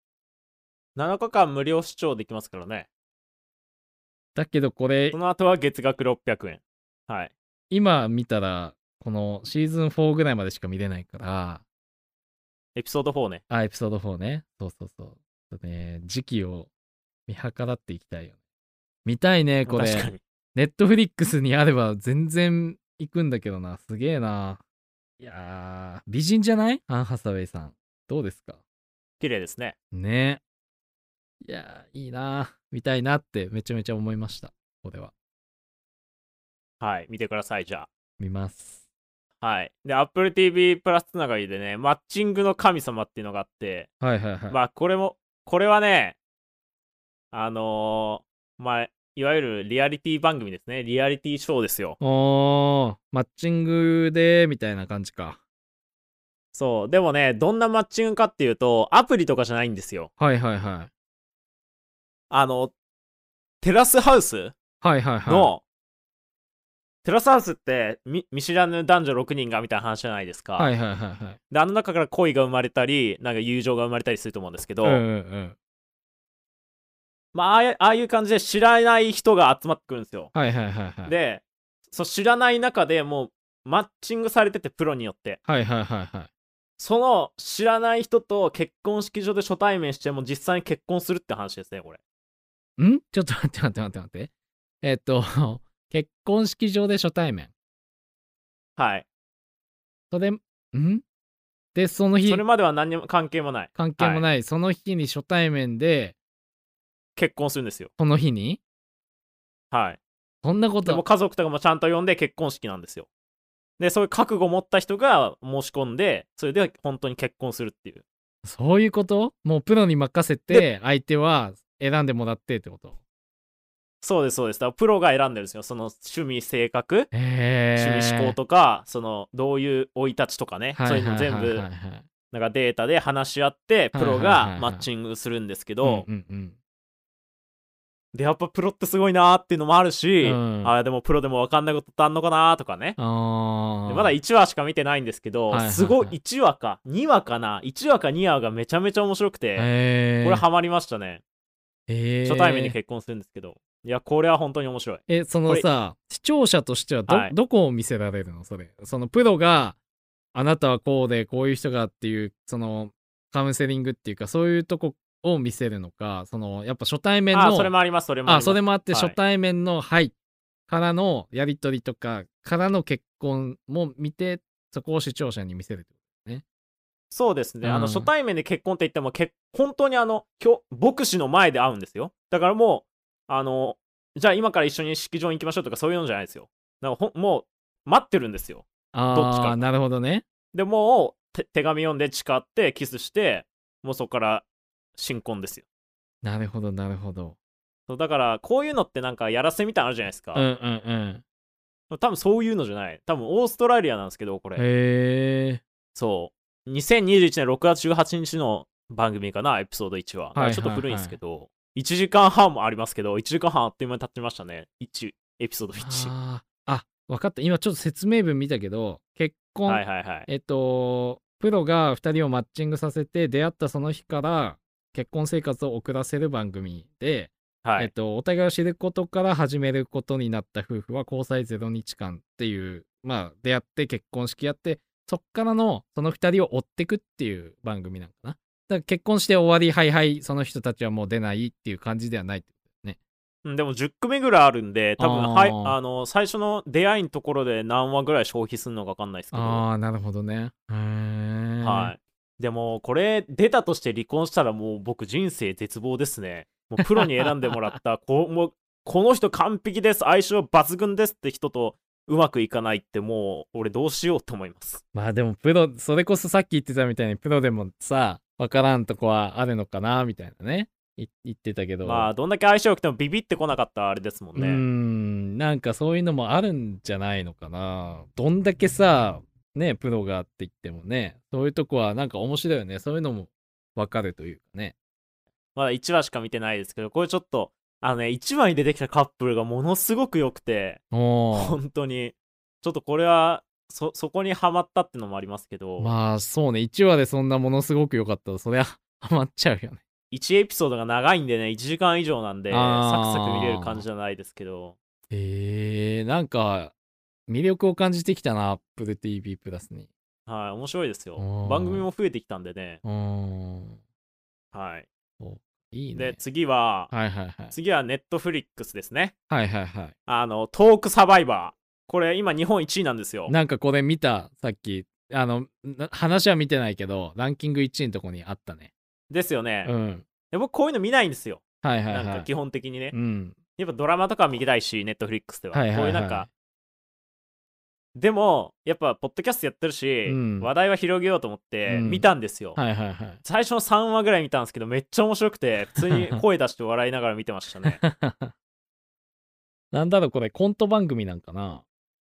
7日間無料視聴できますからね。 だけどこれ、 その後は月額600円。はい。 今見たら、このシーズン4ぐらいまでしか見れないから、 エピソード4ね。 エピソード4ね。そうそうそう。ちょっとね、時期を見計らっていきたいよね。見たいね、これ。 確かに。 ネットフリックスにあれば全然行くんだけどな。すげえな。いやー、美人じゃないアン・ハサウェイさん。どうですか？ 綺麗ですね。 ね。いやー、いいな。見たいなってめちゃめちゃ思いました。これは。 はい。見てください、じゃあ。 見ます。 はい。で、Apple TV プラスつながりでね、マッチングの神様っていうのがあって、 はいはいはい。 まあ、これはね、あのまあ、いわゆるリアリティ番組ですね。リアリティショーですよ。 マッチングで、みたいな感じか。 そう。でもね、どんなマッチングかっていうと、アプリとかじゃないんですよ。 はいはいはい。 あの、テラスハウスはいはいはい。 の、テラスハウスって見知らぬ男女6人がみたいな話じゃないですか。 はいはいはいはい。 で、あの中から恋が生まれたり、なんか友情が生まれたりすると思うんですけうんうど、 ん。 まあ、ああいう感じで知らない人が集まってくるんですよ。 はいはいはいはい。 で、そう知らない中でもうマッチングされてて、プロによって。 はいはいはいはい。 その知らない人と結婚式場で初対面しても実際に結婚するって話ですね、これ。 ちょっと待って待って待って待って。結婚式場で初対面。 はい。 それ、で、その日、 それまでは何にも関係もない。はい。 関係もない、その日に初対面で、 結婚するんですよ。 その日にはい。 そんなこでもと、 家族とかもちゃんと呼んで結婚式なんですよ。で、そういう覚悟を持った人が申し込んで、それで本当に結婚するっていう。 そういうこともうプロに任せで、 て、相手は選んでもらってってこと？ そうです、そうです。だからプロが選んでるんですよ。その趣味、性格、趣味思考へえ。 とか、そのどういう生い立ちとかね、 はいそういうのもはいはいは全部、 いはい。 なんかデータで話し合って、プロはいはいがマッはいはい。 チングするんですけうんど、 うんうん。 で、やっぱプロってすごいなーっていうのもあるうし、 ん。 でもプロでも分かんないことってあんのかなーとかね。で、まだあ 1話しか見てないんですけど、 はいすごいはいはい。 1話か、2話かな、1話か2話がめちゃめちゃ面白くて、これへハマりましたね。 え。 初対面でへえ。 結婚するんですけど。いや、これは本当に面白い。 そこれ、 のさ、視聴者としてははい。 どこを見せられるのそれ。そのプロが、あなたはこうで、こういう人がっていう、その、カウンセリングっていうか、そういうとこを見せるのか、その、やっぱ初対面それの、 もあります、それもあります。 それもあってはい。 初対面の、はい、からのやりとりとか、からの結婚も見て、そこを視聴者に見せるってことね。 そうですね。初うん。 対面で結婚って言っても、本当に牧師の前で会うんですよ。だからもう、じゃあ今から一緒に式場に行きましょうとかそういうのじゃないですよ。なんかもう、待ってるんですよ。どっちかが。 なるほどね。 でもう、手紙読んで誓ってキスして、もうそこから新婚ですよ。 なるほど、なるほど。 そうだから、こういうのってなんかやらせみたいなのあるじゃないですか。 うんうんうん。 多分そういうのじゃない。多分オーストラリアなんですけど、これ。 へえ。 そう。2021年6月18日の番組かな、エピソード1は。だかはいらちょっと古いんではいはい。 すけど、1時間半もありますけど、1時間半あっという間に経ってましたね。1、エピソード1。 あ分かった。今ちょっと説明文見たけど、結婚、 はいはいはい。 プロが2人をマッチングさせて、出会ったその日から結婚生活を送らせる番組で、 はい。 お互いを知ることから始めることになった夫婦は交際0日間っていう、まあ、出会って結婚式やって、そっからのその2人を追ってくっていう番組なのかな。だから結婚して終わり、はいはい、その人たちはもう出ないっていう感じではないってことだよね。 うん、でも10組目ぐらいあるんで、多分、はい、 あ最初の出会いのところで何話ぐらい消費するのか分かんないですけど、 あー、なるほどね。へー。 はい。でも、これ、出たとして離婚したらもう僕人生絶望ですね。もうプロに選んでもらった、もう、この人完璧です、相性抜群ですって人とうまくいかないってもう、俺どうしようと思います。 まあでもプロ、それこそさっき言ってたみたいにプロでもさ、わからんとこはあるのかなみたいなね。言ってたけど、 まあ、どんだけ相性良くてもビビってこなかったらあれですもんね。 なんかそういうのもあるんじゃないのかな。どんだけさ、ね、プロがって言ってもね、そういうとこはなんか面白いよね。そういうのもわかるというかね。 まだ1話しか見てないですけど、これちょっと、1話に出てきたカップルがものすごく良くて、 おー。 本当に、ちょっとこれは、そこにハマったってのもありますけど、 まあそうね、1話でそんなものすごく良かったら、そりゃハマっちゃうよね。 1エピソードが長いんでね、1時間以上なんで、サクサク見れる感じあじゃないですけど、 なんか魅力を感じてきたな、Apple TV プラスに。 はい、面白いですうよ。番組ん。 も増えてきたんでね、 うん。 はい。 お、いいで、 ね。はいはいはい。 次はネットフリックスですね。 はいはいはい。 トークサバイバー。これ今日本1位なんですよ。 なんかこれ見た、さっき。話は見てないけど、ランキング1位のとこにあったね。 ですよね。 うん。 で僕こういうの見ないんですよ。 はいはいはい。 なんか基本的にね。 うん。 やっぱドラマとか見たいし、ネットフリックスでは。 はいこういうなんか、 はいはい。 でも、やっぱ、ポッドキャストやってるし、 うん。 話題は広げようと思って見うん。 たんですよ。 はいはいはい。 最初の3話ぐらい見たんですけど、めっちゃ面白くて、普通に声出して笑いながら見てましたね。 なんだろうこれ、コント番組なんかな。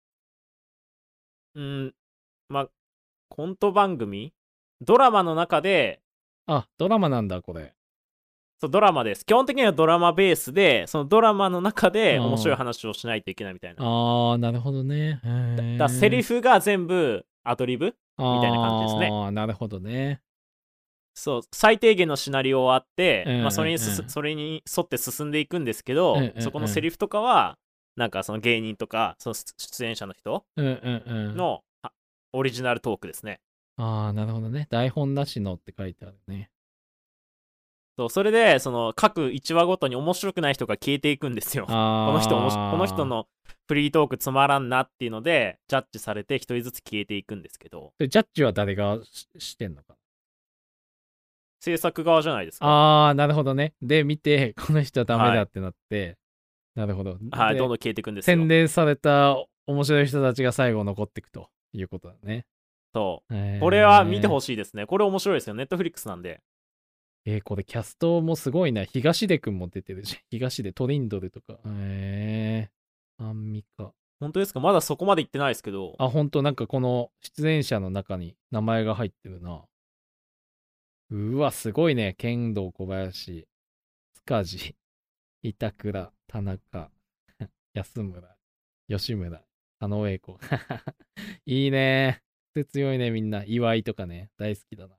うん、まあ、コント番組ドラマの中で、 あ、ドラマなんだ、これ。 そう、ドラマです。基本的にはドラマベースで、そのドラマの中うで面白いん。 話をしないといけないみたいな。 あー、なるほどね。へセリー。 フが全部アドリブみたいな感じですね。 あー、なるほどね。 そう、最低限のシナリオはあって、 うんうんまあ、 うん。 それに沿って進んでいくんですけうんど、そこうんうん。 のセリフとかは、なんかその芸人とか、その出演者の人うんうんうん。 のオリジナルトークですね。 ああ、なるほどね。台本なしのって書いてあるね。 そうそれで、その各1話ごとに面白くない人が消えていくんですよ。この人ああ。 のフリートークつまらんなっていうので、ジャッジされて一人ずつ消えていくんですけど、 で、ジャッジは誰がしてんのか。 制作側じゃないですか。 ああ、なるほどね。で、見て、この人はダメはい。 だってなって、なるほど。 はい、どんで、 どん消えていくんです洗よ。 練された面白い人たちが最後残っていくということだね。 そう。これは見てへほしいですね。これ面白いですよ。ネットフリックスなんで。 これキャストもすごいな。東出くんも出てるし。東出トリンドルとか。アンミカ。 本当ですか？まだそこまで行ってないですけど、 あ、ほんとなんかこの出演者の中に名前が入ってるな。うわ、すごいね。剣道小林、塚地、板倉、田中、安村、吉村、佐野栄子。いいね。癖強いね、みんな。岩井とかね。大好きだな。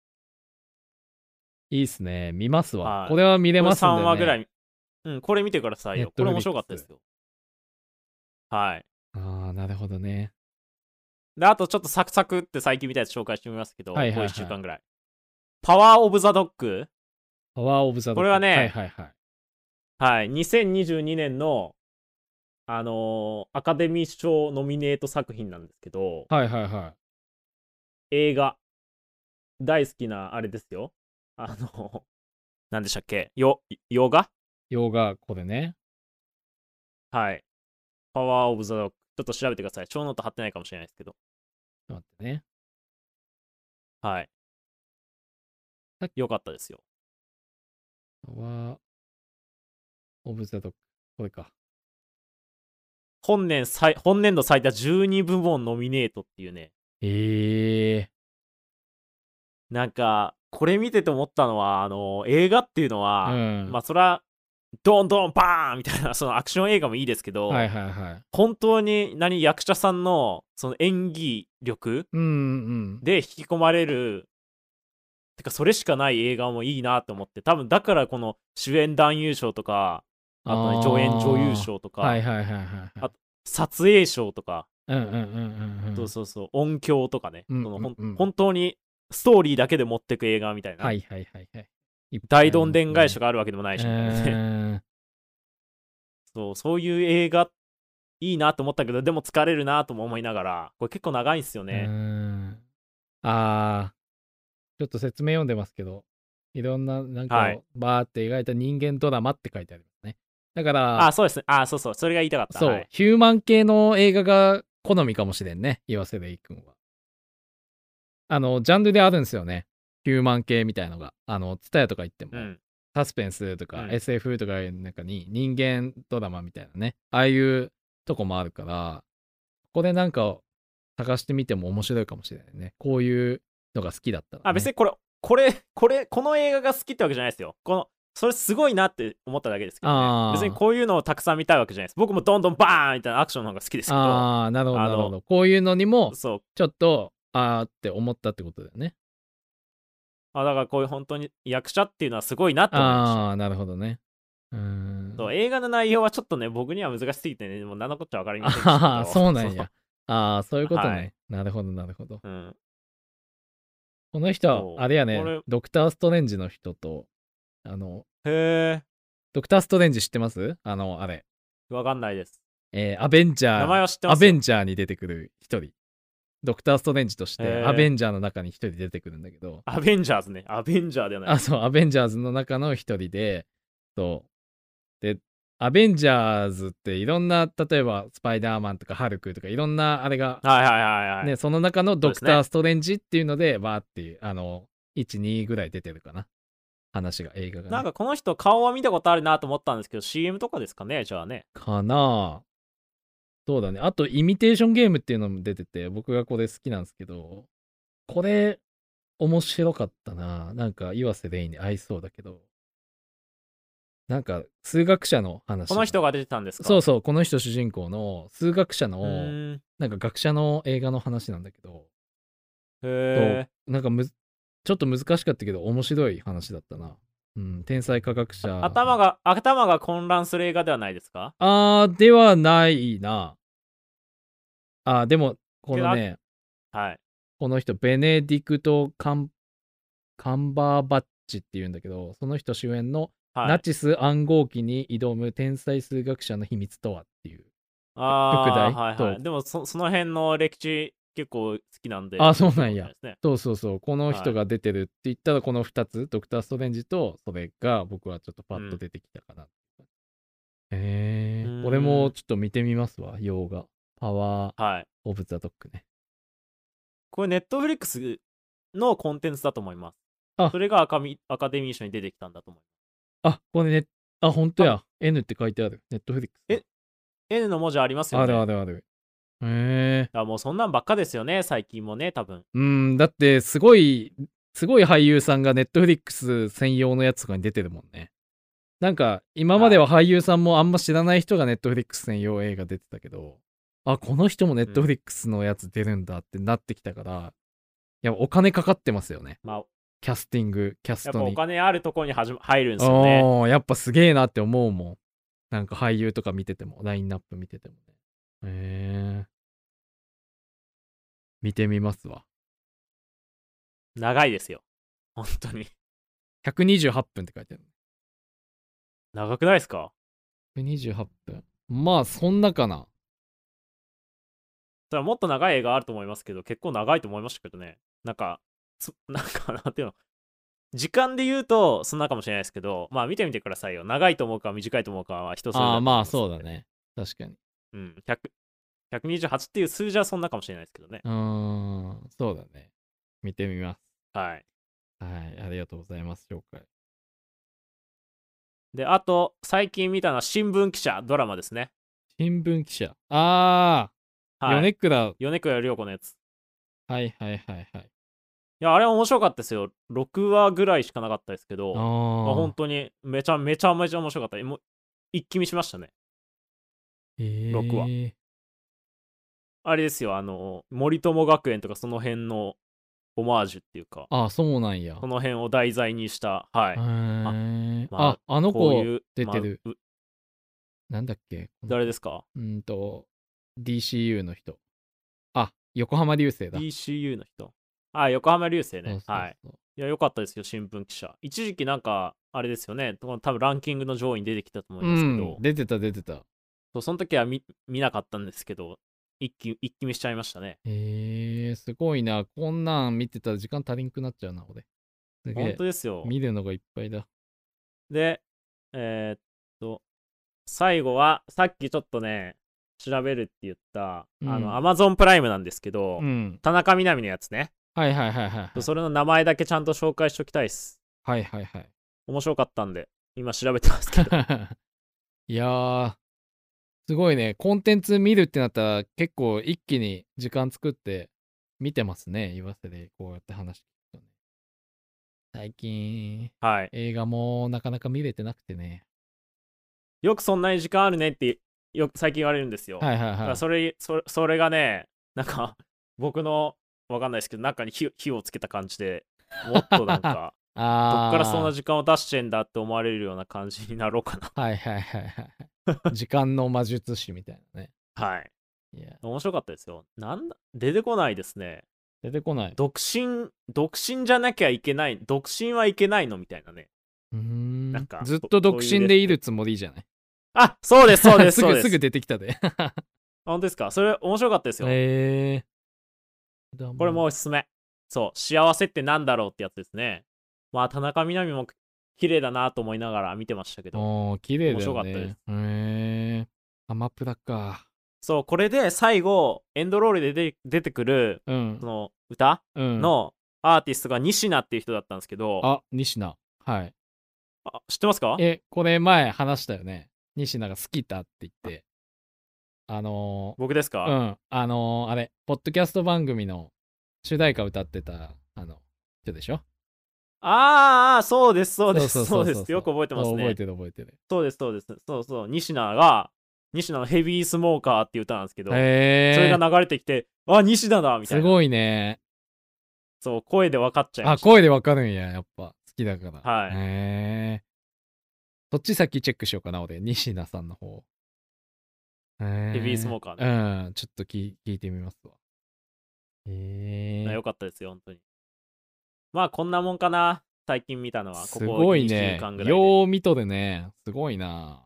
いいっすね。見ますわ。こはい。 れは見れこれますん 3 でね。 話ぐらい、うん、これ見てくださいよ。 ネットフこれ面リックス。 白かったですよ。はい。 ああ、なるほどね。 で、あとちょっとサクサクって最近見たやつ紹介してみますけど、 はいここ1 はいはい。 週間ぐらい。パワーオブザドッグ。 パワーオブザドこッグ。はいれはね、 はいはい。 はい、2022年の、アカデミー賞ノミネート作品なんですけど、 はいはいはい。 映画、大好きなあれですよ。何でしたっけ洋画。 洋画、これね。 はい。パワーオブザドッグ。ちょっと調べてください。小ノート貼ってないかもしれないですけど。 ちょっと待ってね。 はい。 さっきよかったですよ。 のは、オブザドッグ。これか。 本年度最多12部門ノミネートっていうね。 ええなんか、これ見てて思ったのは、映画っていうのー。うは、まん。 あ、そら、 ドンドンバーンみたいなそのアクション映画もいいですけど、 はいはいはい。 本当に役者さんのその演技力うんうんで引き込まれる、てかそれしかない映画もいいなと思って、多分だからこの主演男優賞とか、あとね助演女優あ賞とあ、はいか、 はいはいはいはい。 あと撮影賞とか、 うんうんうんうんうん。 そうそうそう、音響とかね、 うんそのうんうん。 本当にストーリーだけで持ってく映画みたいな、 はいはいはいはい。いっぱいあり大どんでんますね。 返しがあるわけでもないしみたいなね。 ん。 そういう映画いいなと思ったけど、でも疲れるなとも思いながら、これ結構長いんすよね。 ああ、ちょっと説明読んでますけど、いろんななんかはい。 をバーって描いた人間ドラマって書いてありますね。だから、 あ、そうですね。あ、そうそう。それが言いたかった。はそう、 い。 ヒューマン系の映画が好みかもしれんね、岩瀬レイ君は。ジャンルであるんですよね。ヒューマン系みたいのが。ツタヤとか行っても、 うん。 サスペンスとかうん。 SF とかの中に人間ドラマみたいなね、ああいうとこもあるから、ここでなんか探してみても面白いかもしれないね。こういうのが好きだったらあ、別ね。 にこの映画が好きってわけじゃないですよ。それすごいなって思っただけですけどね。別にあこういうのをたくさん見たいわけじゃないです。僕もどんどんバーンみたいなアクションの方が好きですけど、 あー、なるほどあの、 なるほど。こういうのにも、 そう。 ちょっと、あーって思ったってことだよね。 だからこういう本当に役者っていうのはすごいなって思いました。 あー、なるほどね。 そう、映画の内容はちょっとね、僕には難しすぎてね、もう何のこっちゃ分かりませんでしたけあー、 ど、 そうなんや。あー、そういうことはい。 ね。なるほどなるほど。 うん。 この人、 そう。 あれやね、 これ、 ドクター・ストレンジの人と、あの、 へドクター・ストレンジ知ってます？あれ。 わかんないです。 アベンジャー、 名前は知ってますよ。 アベンジャーに出てくる一人。ドクター・ストレンジとして、アベへえ。 ンジャーの中に一人出てくるんだけど、 アベンジャーズね。アベンジャーではない。 そう、アベンジャーズの中の一人で、そう。で、アベンジャーズっていろんな、例えば、スパイダーマンとかハルクとかいろんなあれが、 はいはいはいはい。 ね、その中のドクター・そうですね。 ストレンジっていうので、バーっていう、1、2ぐらい出てるかな。話が、映画がね。 なんかこの人顔は見たことあるなと思ったんですけど、CM とかですかね、じゃあね。 かなぁ。そうだね。あと、イミテーションゲームっていうのも出てて、僕がこれ好きなんですけど、これ、面白かったな。なんか、岩瀬レイに合いそうだけど、なんか、数学者のこ話が。 の人が出てたんですか？ そうそう、この人主人公の数学者うの、 ーん。 なんか学者の映画の話なんだけど、 へそえ。 う、なんかちょっと難しかったけど、面白い話だったな。うん、天才科学者。 頭が混乱する映画ではないですか？ ではないな。でも、こけど、 のね、 はい。 この人、ベネディクト・カンバーバッチっていうんだけど、その人主演のはい。 ナチス暗号機に挑む天才数学者の秘密とはっていう副ああ、 題と、 はいはい。でもその辺の歴史結構好きなんで面白いそうなんや。 かもしれないですね。 そうそうそう。このはい。 人が出てるって言ったら、この2つ、ドクター・ストレンジと、それが僕はちょっとパうん。 ッと出てきたかな。 う俺ーん。 もちょっと見てみますわ、洋画。パワー・はい。 オブ・ザ・ドッグね。 これネットフリックスのコンテンツだと思います。 あ、 それがアカデミー賞に出てきたんだと思います。 これね、ほんと多分、 や。N って書いてある。ネットフリックスだ。 え、N の文字ありますよあるあね。 るある。 もうそんなんばっかですよね、最近もね、多分。 だってすごい俳優さんがネットフリックス専用のやつとかに出てるもんね。なんか、今まではい。 は俳優さんもあんま知らない人がネットフリックス専用映画出てたけど、この人もネッうん。 トフリックスのやつ出るんだってなってきたから、いや、お金かかってますよね。 まあ、 キャスティング、キャスやっぱおトに。 金あるとこに入るんですよね。 やっぱすげえなって思うもん。なんか俳優とか見てても、ラインナップ見ててもね。見てみますわ。 長いですよ。本当に。 128分って書いてある。 長くないですか？ 128分。まあ、そんなかな。 それはもっと長い映画あると思いますけど、結構長いと思いましたけどね。なんていうの、時間で言うとそんなかもしれないですけど、まあ見てみてくださいよ。長いと思うか短いと思うかは人それぞれだとまあ思いますんで。 そうだね。確かに。 うん、128っていう数字はそんなかもしれないですけどね。 そうだね。見てみます。 はい。 はい、ありがとうございます、紹介。 で、あと、最近見たのは新聞記者、ドラマですね。 新聞記者。 はい。 米倉。 米倉涼子のやつ。 はいはいはいはい。 や、あれは面白かったですよ。6話ぐらいしかなかったですけど、本あ当にめちゃめちゃ面白かった。もう一気見しましたね、 ー。 6話。 へえ。 あれですよ、森友学園とかその辺のオマージュっていうか、 あ、そうなんや。 その辺を題材にした、はへい。あ、 え。 まあ、 あ、あの子こういう、まあ、 出てる。なんだっけこの子。 誰ですか？ DCU の人。あ、横浜流星だ。 DCU の人。あ、横浜流星ね。 そうそうはい。 そう。 いや、良かったですよ、新聞記者。一時期なんか、あれですよね、多分ランキングの上位に出てきたと思いうん、 ますけど、 出てた出てた。 その時は見なかったんですけど、一気見しちゃいましたね。 へえ、すごいな。こんなん見てたら時間足りんくなっちゃうな、俺。すげ本え。 当ですよ。 見るのがいっぱいだ。 で、えーっと、最後は、さっきちょっとね、調べるって言った、 うん。 Amazon プライムなんですけど、 うん。 田中みな実のやつね。 はいはいはいはいはい。 それの名前だけちゃんと紹介しときたいです。 はいはいはい。 面白かったんで、今調べてますけど。 いやー、すごいね。コンテンツ見るってなったら結構一気に時間作って見てますね。岩瀬でこうやって話聞くとね。最近、 はい。 映画もなかなか見れてなくてね。 よくそんなに時間あるねってよく最近言われるんですよ。 はいはいだからはい。 それがね、なんか僕のわかんないですけど、中に火をつけた感じでもっとなんか、どっからそんなあ時間を出してんだって思われるような感じになろうかな。 ー、はいはいはいはい。時間の魔術師みたいなね。 はい。 いや、 面白かったですよ。なんだ、出てこないですね。 出てこない。 独身じゃなきゃいけない、独身はいけないのみたいなね。 うーん。 なんか、 ずっと独そういう身でいるつもりじゃない？ あ、そうです、そうです、 すぐすぐそうです。 出てきたで。 本当ですか？それ面白かったですよ。 えだこれももおすすめ。そう、幸せってなんだろうってやつですね。まあ、田中みな実も綺麗だなと思いながら見てましたけど、 綺麗だ面白かったです。 よね。アマプラか。 そう、これで最後、エンドロールで出てくる、 うん。 その歌うん。 のアーティストが西名っていう人だったんですけど、 あ、西名。はい。 知ってますか？ これ前話したよね。西名が好きだって言っあ、 て。 僕ですか？ あれ、ポッドキャスト番組の主題歌歌ってた、人でしょ？ そうです、そうです、 そうそうそうです。 そうそうそう。 よく覚えてますね。 そう覚えてる覚えてる。 そうです、そうです。そうそう。西名のヘビースモーカーっていう歌なんですけど、それがへえ、 流れてきて、あ、西名だみたいな。 すごいね。 そう、声で分かっちゃいまあ、 した。 声でわかるんや、やっぱ。好きだから。 はい。 へえ。そっち先チェックしようかな、俺。西名さんの方。 ヘビースへえ。 モーカーね。 うん、ちょっと聞いてみますわ。へえ。 よかったですよ、本当に。まあ、こんなもんかな。最近見たのは、ここすごい 2週ね。 間ぐらいで。 よう見とるね。すごいな。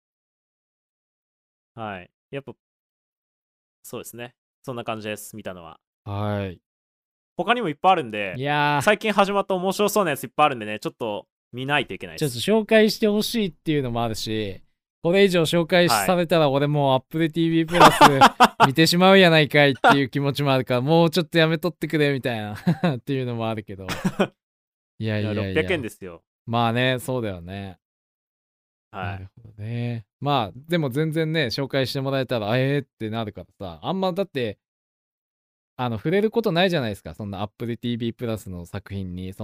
はい。やっぱ、そうですね。そんな感じです、見たのは。 はい。 他にもいっぱいあるんいで、 やー、 最近始まった面白そうなやついっぱいあるんでね、ちょっと見ないといけないでちょっとす。 紹介してほしいっていうのもあるし、これ以上紹介はい。 されたら俺もう Apple TV プラス見てしまうやないかいっていう気持ちもあるから、もうちょっとやめとってくれみたいなっていうのもあるけど。いやいや、 いやい 600円や。 ですよ。 まあね、そうだよね。なはい。 るほどね。まあ、でも全然ね、紹介してもらえたら、ってなるからさ、あんまだって、触れることないじゃないですか。そんな Apple TV プラスの作品に、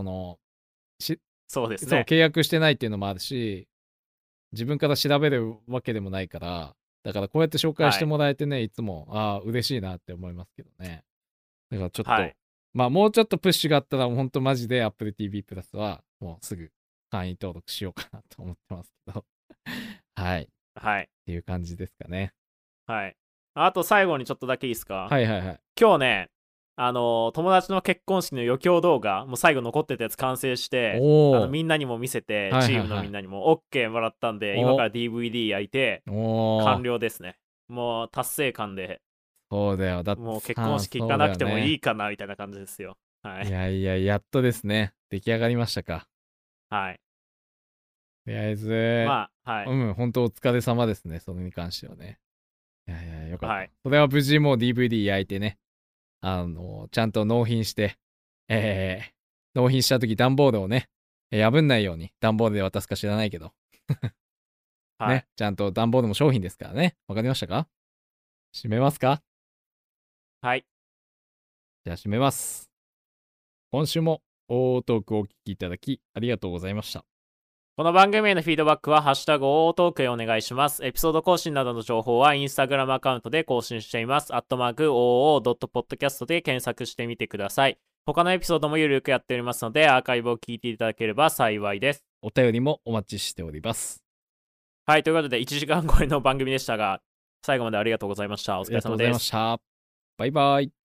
そう、 そうですね。 契約してないっていうのもあるし、自分から調べるわけでもないから、だからこうやって紹介してはい。 もらえてね、いつも、嬉しいなって思いますけどね。だからちょっと、 はい。 まあもうちょっとプッシュがあったら、ほんとマジで Apple TV プラスは、もうすぐ会員登録しようかなと思ってますけど。はい。っはい。 ていう感じですかね。 はい。あと最後にちょっとだけいいですか？ はいはいはい。 今日ね、友達の結婚式の余興動画、もう最後残ってたやつ完成して、 おー。 みんなにも見せて、チームのはいはいはい。 みんなにも OK もらったんで、今お、 から DVD 焼いて、完おー。 了ですね。もう達成感で、 そうだよ。だってもう結婚さ、 式行かそうだなくてもいよね。 いかな、みたいな感じですよ。はいい。 やいや、やっとですね。出来上がりましたか。 はい。 とりあえず、 まあ、はい。 本当お疲れ様ですね。それに関してはね。いやいや、よかった。 はい。 それは無事もう DVD 焼いてね、ちゃんと納品して、納品した時段ボールをね、破んないように、段ボールで渡すか知らないけど、ね、 はい。 ちゃんと段ボールも商品ですからね。わかりましたか？閉めますか？ はい。 じゃあ閉めます。 今週も大トークをお聞きいただきありがとうございました。 この番組へのフィードバックはハッシュタグオートークへお願いします。エピソード更新などの情報はインスタグラムアカウントで更新しています。@OO.podcast で検索してみてください。他のエピソードもゆるくやっておりますので、アーカイブを聞いていただければ幸いです。 お便りもお待ちしております。 はい、ということで1時間超えの番組でしたが、最後までありがとうございました。お疲れ様です。 ありがとうございました。バイバイ。